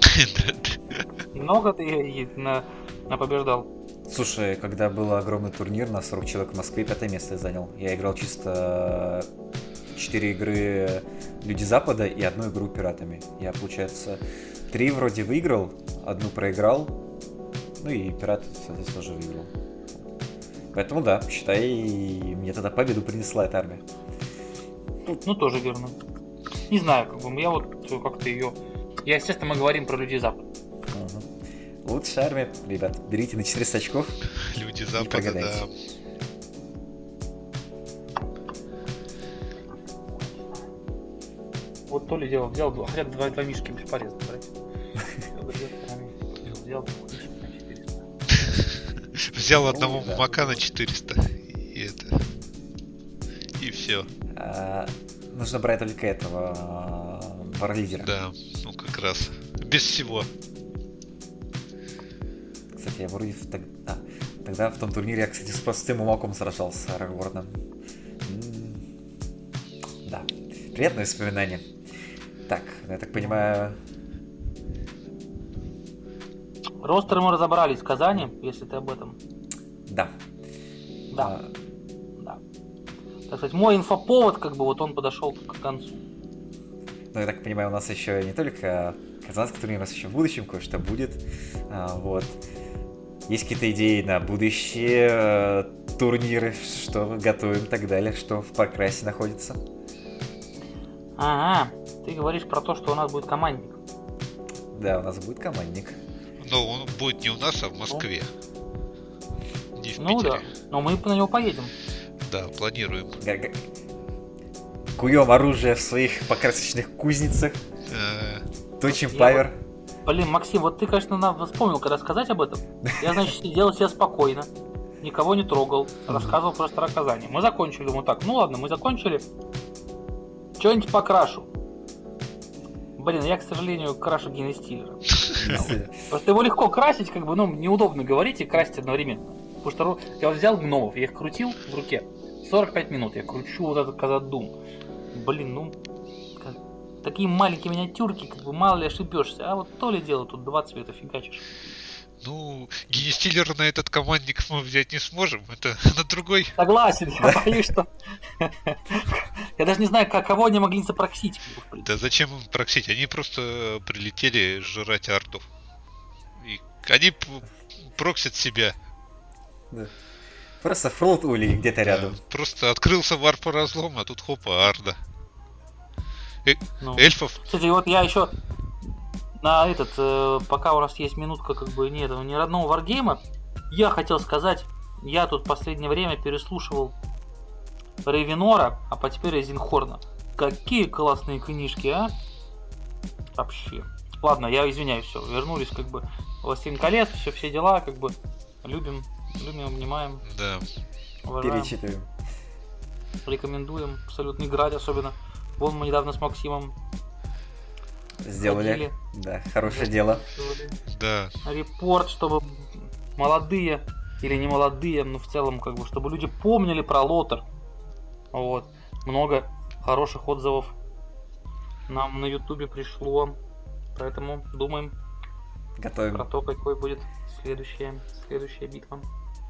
Много ты побеждал. Слушай, когда был огромный турнир на 40 человек в Москве, 5-е место я занял. Я играл чисто 4 игры Люди Запада и 1 игру Пиратами. Я, получается, 3 вроде выиграл, 1 проиграл, ну и Пираты, соответственно, тоже выиграл. Поэтому да, считай, мне тогда победу принесла эта армия. Ну, тоже верно. Не знаю, как бы я вот как-то ее... Естественно, мы говорим про Людей Запада. Угу. Лучшая армия, ребят, берите на 400 очков. Люди Запада, да. Вот то ли дело, взял хотя бы 2 мишки бесполезно брать. Взял 2 мишки на 400. Взял одного мака на 400. И все. Нужно брать только этого варлидера. Да, ну как раз. Без всего. Кстати, я вроде тогда в том турнире я, кстати, с простым умаком сражался с Арагорном. Да, приятные воспоминания. Так, я так понимаю... Ростеры мы разобрались в Казани, если ты об этом. Да. Да. Да. Так сказать, мой инфоповод, как бы, вот он подошел к концу. Ну, я так понимаю, у нас еще не только казанский турнир, у нас еще в будущем кое-что будет. Вот. Есть какие-то идеи на будущие турниры, что готовим и так далее, что в Паркрасе находится? Ага, ты говоришь про то, что у нас будет командник. Да, у нас будет командник. Но он будет не у нас, а в Москве. Не в Ну да, Питере. но мы на него поедем. Да, планируем. Куем оружие в своих покрасочных кузницах. Точим Я павер. Блин, Максим, вот ты, конечно, нам вспомнил, когда сказать об этом. Я, значит, сидел себе спокойно, никого не трогал, рассказывал про Староказани. Мы закончили, думаю, так, ну ладно, мы закончили. Что-нибудь покрашу. Блин, я, к сожалению, крашу генестилера. Просто его легко красить, как бы, ну, неудобно говорить и красить одновременно. Потому что я вот взял гномов, я их крутил в руке. 45 минут я кручу вот этот Казадум. Блин, ну... Такие маленькие миниатюрки, как бы мало ли ошибешься. А вот то ли дело, тут 2 цвета фигачишь. Ну, генестилера на этот командник мы взять не сможем. Это на другой. Согласен, я боюсь, что... Я даже не знаю, кого они могли запроксить. Да зачем им проксить? Они просто прилетели жрать арду. И они проксят себя. Да. Просто фролт улей где-то рядом. Просто открылся варп-разлом, а тут хопа, арда. Ну. Эльфов. Кстати, вот я еще на этот, пока у нас есть минутка, как бы, нет, не родного варгейма, я хотел сказать, я тут в последнее время переслушивал Рейвенора, а теперь Эйзенхорна. Какие классные книжки, а? Вообще. Ладно, я извиняюсь, все, вернулись, как бы, «Властелин колец», все дела, как бы, любим, обнимаем. Да. Уважаем, перечитываем. рекомендуем, абсолютно играть особенно. Вон мы недавно с Максимом Сделали. ходили. Да, хорошее дело. Да. Репорт, чтобы молодые или не молодые, но в целом, как бы, чтобы люди помнили про Лотер. Вот. Много хороших отзывов нам на Ютубе пришло. Поэтому думаем Готовим. про то, какой будет следующая битва.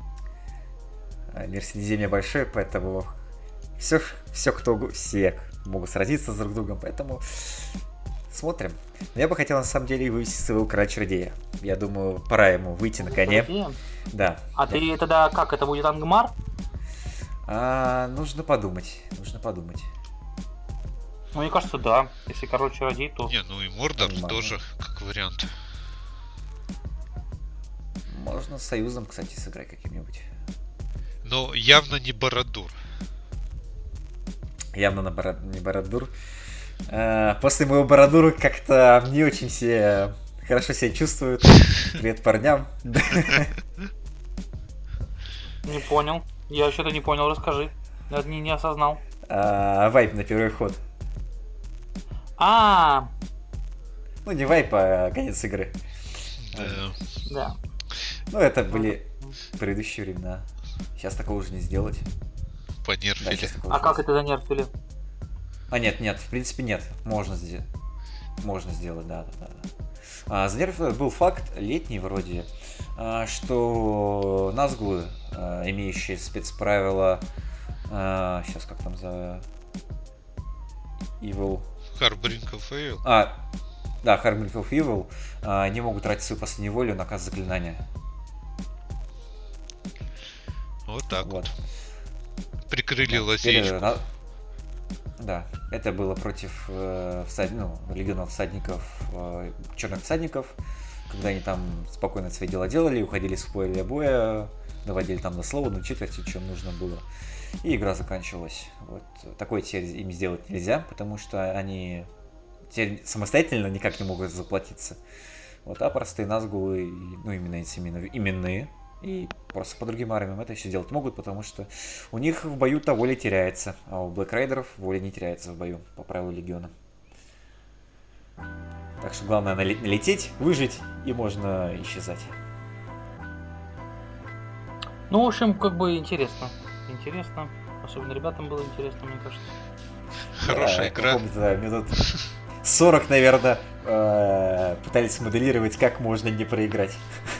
Мир Средиземья большой, поэтому все могут сразиться с друг другом, поэтому смотрим. Но я бы хотел на самом деле вывести своего короля чародея. Я думаю, пора ему выйти на коне. Да. А ты тогда как? Это будет Ангмар? Нужно подумать. Ну, мне кажется, да. Если король чародей, то... Не, ну и Мордор Нормально. тоже как вариант. Можно с союзом, кстати, сыграть каким-нибудь. Но явно не Бородур. Явно не Бородур. После моего Бородура как-то не очень хорошо себя чувствуют. Привет парням. Не понял. Я что-то не понял, расскажи. Я не осознал. Вайп на первый ход. Ну, не вайп, а конец игры. Да. Да. Ну, это были предыдущие времена. Сейчас такого уже не сделать. Да, Понерфили. сейчас такого А уже как не это занерфили? Нет, в принципе нет. Можно сделать, да. Занерф был факт летний вроде, что Назгулы, имеющие спецправила, сейчас как там за Evil... Harbinger of Evil. Да, Harbinger of Evil, не могут тратить свою последнюю волю на каст заклинания. Вот так Вот. Прикрыли Да, лазейку. Да, это было против легиона всадников, черных всадников, когда они там спокойно свои дела делали, уходили с поля боя, доводили там до слова, на четверти, чем нужно было. И игра заканчивалась. Вот. Такое теперь им сделать нельзя, потому что они теперь самостоятельно никак не могут заплатиться. Вот, а простые Назгулы, ну именно эти именные, и просто по другим армиям это еще делать могут, потому что у них в бою-то воля теряется, а у Black Raider'ов воля не теряется в бою, по правилу легиона. Так что главное налететь, выжить, и можно исчезать. Ну, в общем, как бы интересно. Особенно ребятам было интересно, мне кажется. Хорошая игра. Мне тут 40, наверное, пытались моделировать, как можно не проиграть.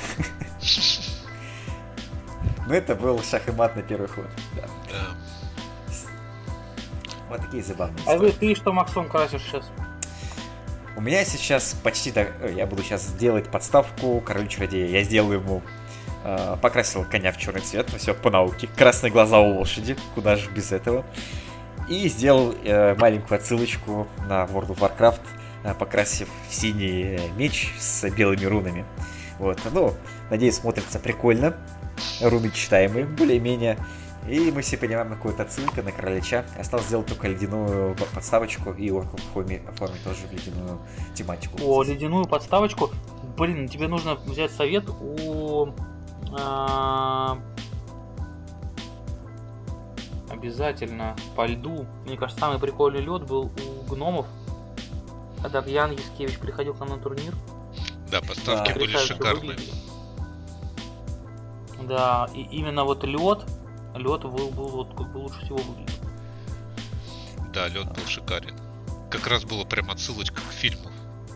Ну, это был шах и мат на первый ход. Да. Вот такие забавные истории. Ты что, Максон, красишь сейчас? У меня сейчас почти так... Я буду сейчас делать подставку королю чародея. Я сделаю ему... Покрасил коня в черный цвет, но все по науке. Красные глаза у лошади, куда же без этого. И сделал маленькую отсылочку на World of Warcraft, покрасив синий меч с белыми рунами. Вот, ну, надеюсь, смотрится прикольно. Руны читаемые, более-менее. И мы все понимаем, какую-то отсылка на Королича. Осталось сделать только ледяную подставочку и орку оформить тоже в ледяную тематику. О, ледяную подставочку. Блин, тебе нужно взять совет у... Обязательно по льду. Мне кажется, самый прикольный лед был у гномов. Когда Ян Яскевич приходил к нам на турнир. Да, подставки были шикарные. Да, и именно вот лед был вот как бы лучше всего выглядел. Да, лед был шикарен. Как раз было прям отсылочка к фильму.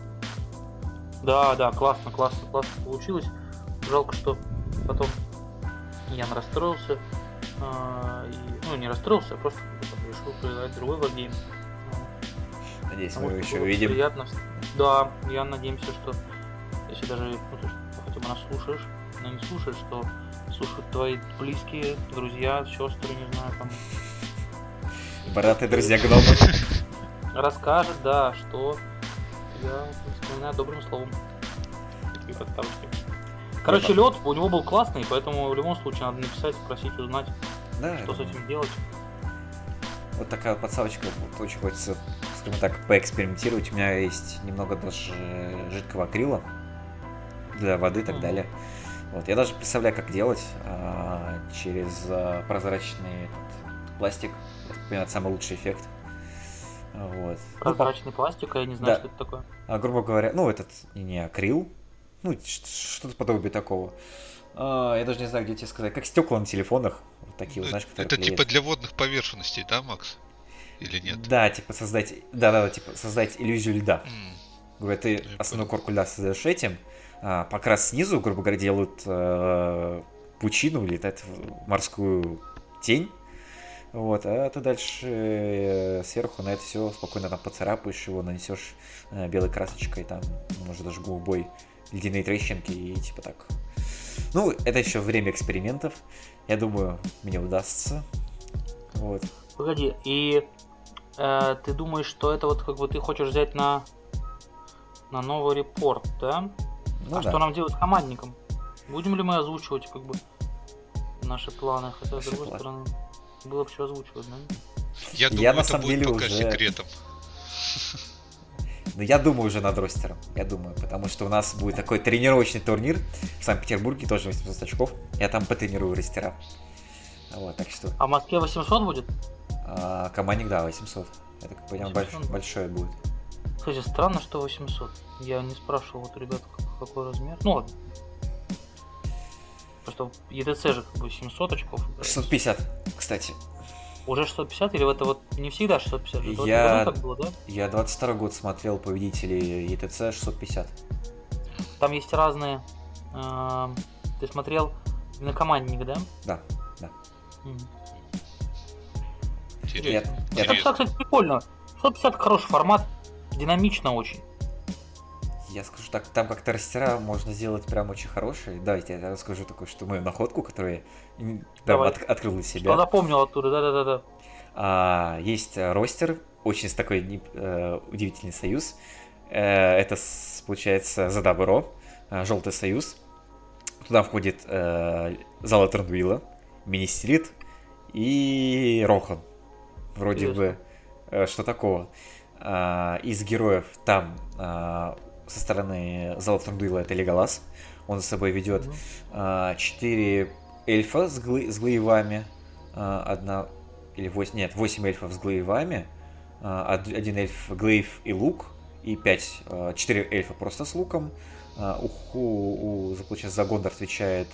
Да, классно получилось. Жалко, что потом Ян расстроился. Не расстроился, а просто решил проиграть другой варгейм. Надеюсь, мы его еще увидим. Приятно. Да, я надеемся, что если даже хотя бы нас слушаешь, но не слушаешь, что слушают твои близкие, друзья, сестры, не знаю, там. Браты, друзья, гномы. Расскажет, да, что я вспоминаю добрым словом. Такие подставочки. Короче, лед у него был классный, поэтому в любом случае надо написать, спросить, узнать, что с этим делать. Вот такая подставочка, вот очень хочется, скажем так, поэкспериментировать. У меня есть немного даже жидкого акрила для воды и так далее. Вот, я даже представляю, как делать через прозрачный пластик. Это, понимаю, самый лучший эффект. Вот. Прозрачный пластик, я не знаю, что это такое. Грубо говоря, этот не акрил, что-то подобие такого. Я даже не знаю, где тебе сказать. Как стекла на телефонах. Вот такие, знаешь, которые это клеят. типа для водных поверхностей, да, Макс? Или нет? Да, типа создать иллюзию льда. Говорю, ты основную корку льда создаешь этим, покрас снизу, грубо говоря, делают пучину или морскую тень. Вот, а ты дальше сверху на это все спокойно там поцарапаешь его, нанесешь белой красочкой, там, может даже голубой ледяные трещинки и типа так. Это еще время экспериментов. Я думаю, мне удастся. Вот. Погоди, и ты думаешь, что это вот как бы ты хочешь взять на новый репорт, да? Что нам делать с командником? Будем ли мы озвучивать как бы наши планы? Хотя, с другой стороны, было бы что озвучивать, да? Я думаю, на самом деле пока секретом. Я думаю уже над ростером. Я думаю, потому что у нас будет такой тренировочный турнир в Санкт-Петербурге, тоже 800 очков. Я там потренирую ростера. Вот, так что... А в Москве 800 будет? Командник, да, 800. Это, как понял, большое будет. Кстати, странно, что 800. Я не спрашивал вот ребят, какой размер. Ну ладно. Потому что ETC же как бы 700 очков. 650, кстати. Уже 650 или это вот не всегда 650? Я так было, да? Я 22 год смотрел победителей ETC 650. Там есть разные... Ты смотрел на командник, да? Да. Интересно. Это, кстати, прикольно. 650 хороший формат, динамично очень. Я скажу так, там как-то ростера можно сделать прям очень хорошие. Давайте я расскажу такое, что мою находку, которую я прям открыл для себя. Что запомнил оттуда, да. Есть ростер, очень такой удивительный союз. Это, получается, за добро, желтый союз. Туда входит Зала Трандуила, Министрит и Рохан. Вроде бы, что такого. Из героев там со стороны Зала Трандуила это Леголас. Он за собой ведет 4 эльфа с глаевами, 8 эльфов с глаевами, 1 эльф глаев и лук, и 4 эльфа просто с луком. Получается, за Гондор отвечает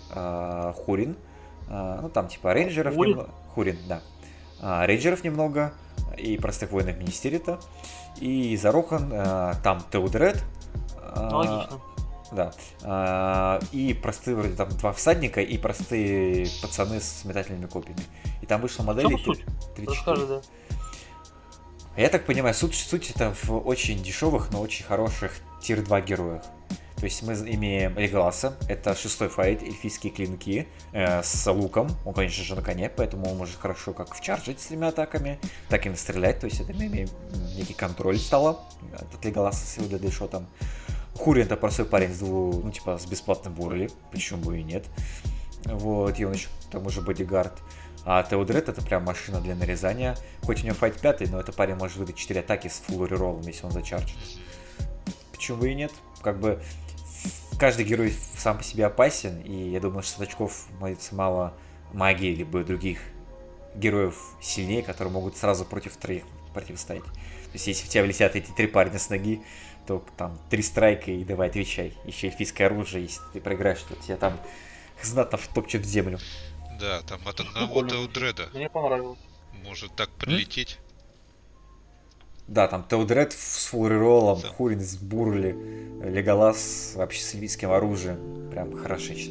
Хурин. Там типа рейнджеров немного. Хурин, да. Рейнджеров немного. и простых воинов Министерита. И за Рохан там Теудред. Логично. Да. И простые, вроде там 2 всадника и простые пацаны с метательными копьями. И там вышло модели 3-4. Да. Я так понимаю, суть это в очень дешевых, но очень хороших тир 2 героях. То есть мы имеем Леголаса, это 6-й файт, эльфийские клинки с луком, он, конечно же, на коне, поэтому он может хорошо как вчаржить с 3 атаками, так и настрелять, то есть это мы имеем некий контроль стало от Леголаса с его дэдшотом. Хурин это простой парень с бесплатным бурли, почему бы и нет. Вот, и он еще к тому же бодигард. А Теудред это прям машина для нарезания. Хоть у него файт 5, но этот парень может выдать 4 атаки с фулл рероллом, если он зачарджит. Почему бы и нет? Как бы каждый герой сам по себе опасен, и я думаю, что очков мало магии, либо других героев сильнее, которые могут сразу против 3 противостоять. То есть если в тебя влетят эти 3 парня с ноги, то там 3 страйка и давай отвечай. Еще эльфийское оружие, если ты проиграешь, то тебя там знатно втопчут в землю. Да, там от одного Теудреда Мне понравилось. может так прилететь. Да, там Теудред с фулл рероллом, Хурин с бурли, Леголас вообще с эльфийским оружием. Прям хорошечно.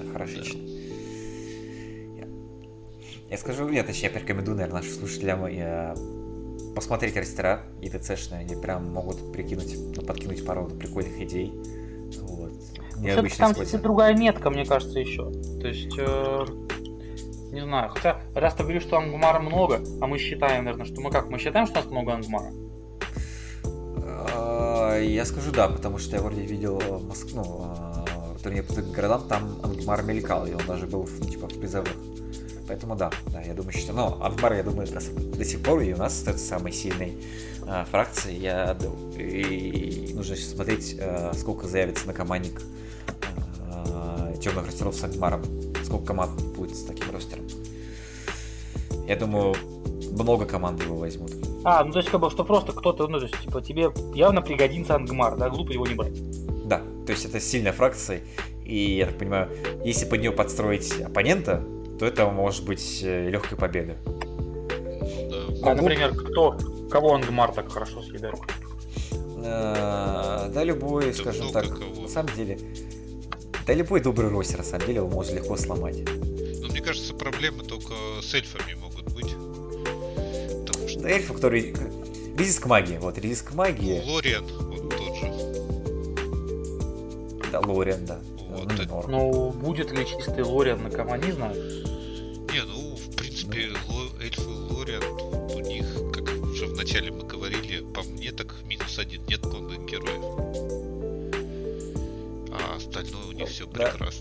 Я скажу, точнее, порекомендую, наверное, нашим слушателям посмотреть растера и ТЦшные, они прям могут подкинуть пару прикольных идей. Вот. Все-таки там другая метка, мне кажется, еще. То есть, не знаю, хотя раз ты говоришь, что ангмара много, а мы считаем, наверное, что мы считаем, что у нас много ангмара? Я скажу да, потому что я вроде видел турнир по другим городам, там ангмар мелькал, и он даже был в призовых. Поэтому да, я думаю, что... Ангмар, я думаю, до сих пор и у нас остается самой сильной фракцией. И нужно сейчас смотреть, сколько заявится на командник темных растеров с Ангмаром. Сколько команд будет с таким ростером. Я думаю, много команд его возьмут. То есть, что просто кто-то, тебе явно пригодится Ангмар, да, глупо его не брать. Да, то есть это сильная фракция, и, я так понимаю, если под нее подстроить оппонента, то это может быть легкой победой. Например, кого Ангмар так хорошо съедает? Да любой, скажем так, на самом деле, да любой добрый ростер, на самом деле, его можно легко сломать. Но мне кажется, проблемы только с эльфами могут быть. Потому что... Да, эльфы, которые... Риск магии, Лориан, вот тот же. Да, Лориан, да. Вот будет ли чистый Лориан на команде, не знаю. В принципе, эльфы Лориан, у них, как уже в начале мы говорили, по мне так -1, нет конных героев. А остальное у них все прекрасно.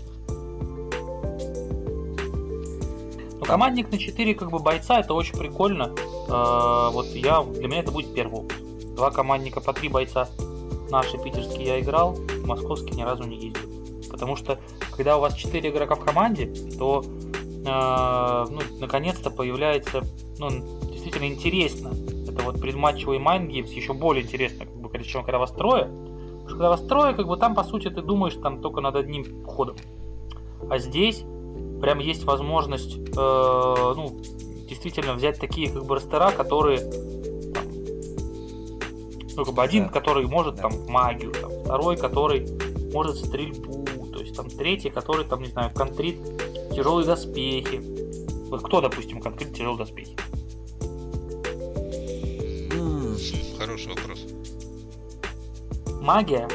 Командник на 4 бойца, это очень прикольно. Для меня это будет первый опыт. 2 командника по 3 бойца. Наши питерские я играл, московские ни разу не ездил. Потому что, когда у вас 4 игрока в команде, то наконец-то появляется действительно интересно. Это предматчевый майндгеймс еще более интересно, чем когда вас трое. Потому что когда вас трое, там по сути ты думаешь там только над одним ходом. А здесь прям есть возможность действительно взять такие ростера, которые один, который может магию, второй, который может стрельбу, то есть третий, который контрит тяжелые доспехи. Вот кто, допустим, контрит тяжелые доспехи? Хороший вопрос. Магия.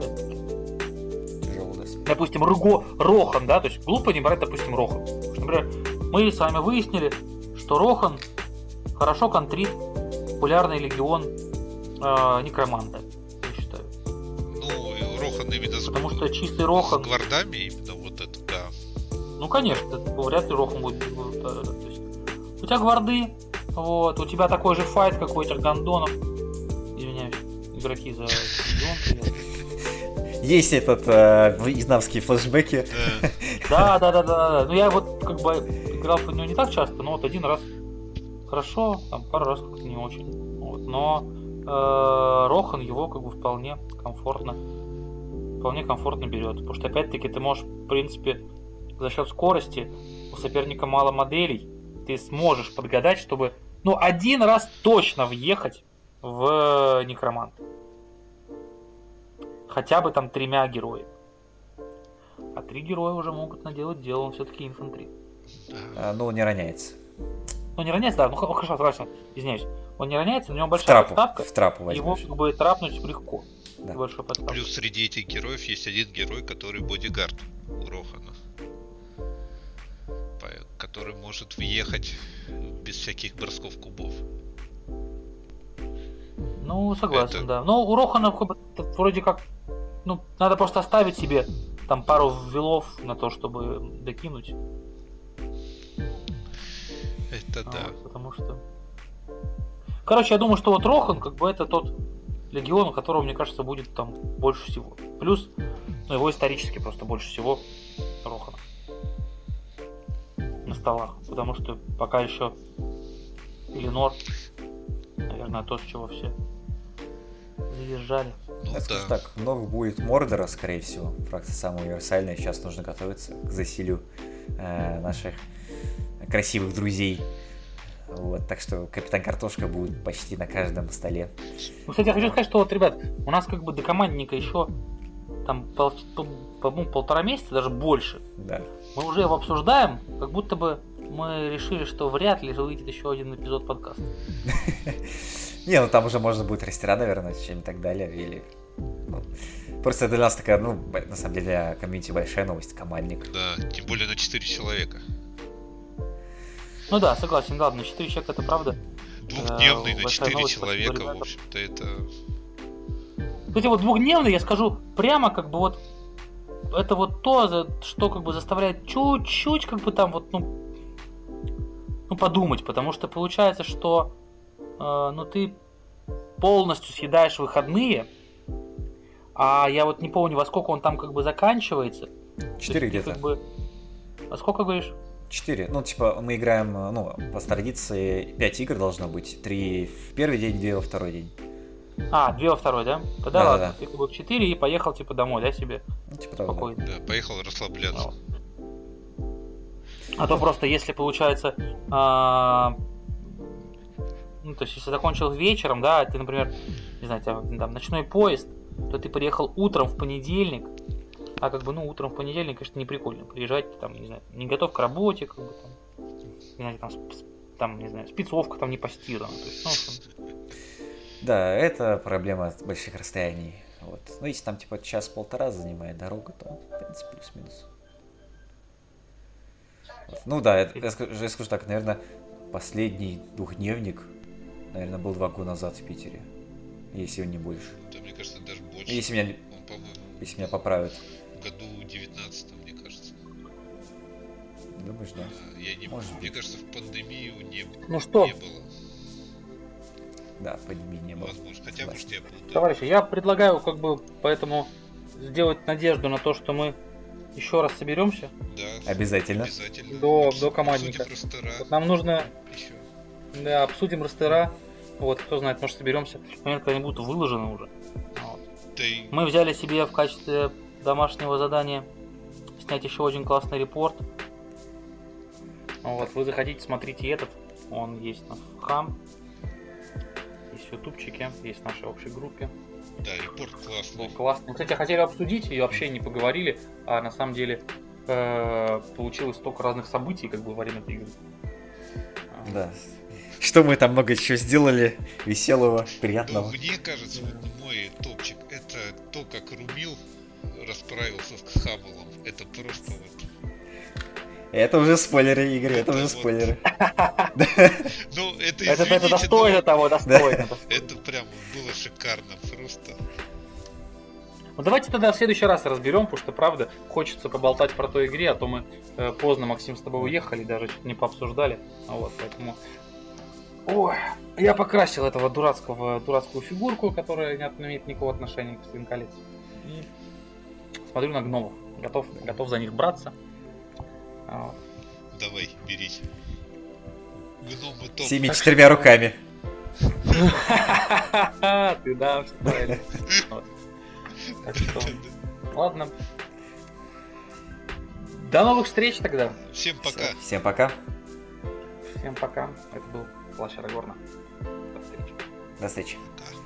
Допустим, Рохан, да, то есть глупо не брать, допустим, Рохан. Потому что, например, мы с вами выяснили, что Рохан хорошо контрит популярный легион некроманта, я считаю. И Рохан именно потому что чистый Рохан с гвардами именно это, да. Конечно, вряд ли Рохан будет. То есть, у тебя гварды, у тебя такой же файт, как у этих гандонов. Извиняюсь, игроки за легион. Есть вьетнамские флешбеки. Да. Я играл в него не так часто, но один раз хорошо, пару раз как-то не очень. Но Рохан его вполне комфортно берет. Потому что опять-таки ты можешь, в принципе, за счет скорости, у соперника мало моделей, ты сможешь подгадать, чтобы ну, один раз точно въехать в Некромант. Хотя бы там 3 героями. А 3 героя уже могут наделать дело, он все-таки инфантри. Ну, не роняется. Ну, не роняется, да, ну хорошо, согласен, извиняюсь. Он не роняется, у него большая подставка. В трапу его возьмешь. как бы трапнуть легко. Да. Большой подставка. Плюс среди этих героев есть один герой, который бодигард у Рохана. Который может въехать без всяких бросков кубов. Ну, согласен, Это- да. Но у Рохана как бы, вроде как, ну, надо просто оставить себе там пару вилов на то, чтобы докинуть. Это да. Вот, потому что... Короче, я думаю, что вот Рохан, как бы, это тот легион, у которого, мне кажется, будет там больше всего. Плюс, ну, его исторически просто больше всего Рохана на столах. Потому что пока еще Эленор, наверное, то, с чего все завизжали. Ну Я скажу да. так, много будет Мордора, скорее всего. Фракция самая универсальная. Сейчас нужно готовиться к засилию наших красивых друзей. Вот, так что Капитан Картошка будет почти на каждом столе. Ну, кстати, я хочу сказать, что вот, ребят, у нас как бы до командника еще там по-моему, 1,5 месяца, даже больше. Да. Мы уже его обсуждаем, как будто бы мы решили, что вряд ли же выйдет еще один эпизод подкаста. Не, ну там уже можно будет растира, наверное, чем-нибудь так далее. Или... ну, просто для нас такая, ну, на самом деле, для комьюнити большая новость, командник. Да, тем более на 4 человека. Ну да, согласен, да, на 4 человека это правда. Двухдневный на большая 4 новость, человека, спасибо, в общем-то, это... Кстати, вот двухдневный, я скажу прямо, как бы вот, это вот то, что как бы заставляет чуть-чуть, как бы там вот, ну подумать, потому что получается, что, ну, ты полностью съедаешь выходные, а я вот не помню, во сколько он там как бы заканчивается. 4 где-то. Как бы... А сколько говоришь? 4. Ну, типа, мы играем, ну, по традиции 5 игр должно быть. 3 в первый день, 2 во второй день. А, 2 во второй, да? Тогда Да, ладно, да. ты как бы в 4 и поехал типа домой, да, себе? Ну, типа того, да. Спокойно. Да, поехал расслабляться. А то просто если получается, ну, то есть если закончил вечером, да, ты, например, не знаю, там ночной поезд, то ты приехал утром в понедельник, а как бы, ну, утром в понедельник, конечно, не прикольно приезжать, там, не знаю, не готов к работе, как бы там, не знаю, там, не знаю, спецовка там не постирана, то есть, ну, в общем, Да, это проблема больших расстояний. Вот. Ну, если там, типа, час-полтора занимает дорога, то, в принципе, плюс-минус. Вот. Ну да, я скажу так, наверное, последний двухдневник, наверное, был 2 года назад в Питере. Если он не больше. Да, мне кажется, даже больше. Если меня, Он, по-моему, если меня поправят. в году 19-м, мне кажется. Думаешь, да? Я не Может Мне быть. кажется, в пандемию не Ну что? было. Да, пандемии не было. Возможно. Хотя, может, я путаю. Товарищи, я предлагаю, как бы, поэтому сделать надежду на то, что мы еще раз соберемся. Да, Обязательно. обязательно. До командника. Обсудим ростера Вот нам нужно, еще. да, обсудим ростера. Вот, кто знает, может, соберемся. В момент, когда они будут выложены уже. Вот. Да и Мы взяли себе в качестве домашнего задания снять еще один классный репорт. Вот, вы заходите, смотрите этот. Он есть на Хам. Есть в ютубчике, есть в нашей общей группе. да, репорт классный. Был классный. Кстати, хотели обсудить, и вообще не поговорили, а на самом деле получилось столько разных событий, как бы во время этой игры. Да. Что мы там много чего сделали веселого, Ну, приятного. мне кажется, вот мой топчик это то, как Румил расправился с Хабблом. Это просто вот. Это уже спойлеры, Игорь, это уже Вот. спойлеры. Ну, это Это извините, достойно но того, достойно. это прям было шикарно просто. Ну давайте тогда в следующий раз разберем, потому что, правда, хочется поболтать про той игре, а то мы поздно, Максим, с тобой уехали, даже чуть не пообсуждали. Вот, поэтому... Ой, я покрасил этого дурацкую фигурку, которая не имеет никакого отношения к «Властелину колец». И смотрю на гномов. Готов за них браться. Вот. Давай, берись. Гномы топ. Всеми 4 руками. Ты да, все правильно. Вот. Так что, ладно. До новых встреч тогда. Всем пока. Всем пока. Всем пока. Это был Плащ Арагорна. До встречи. До встречи. Да.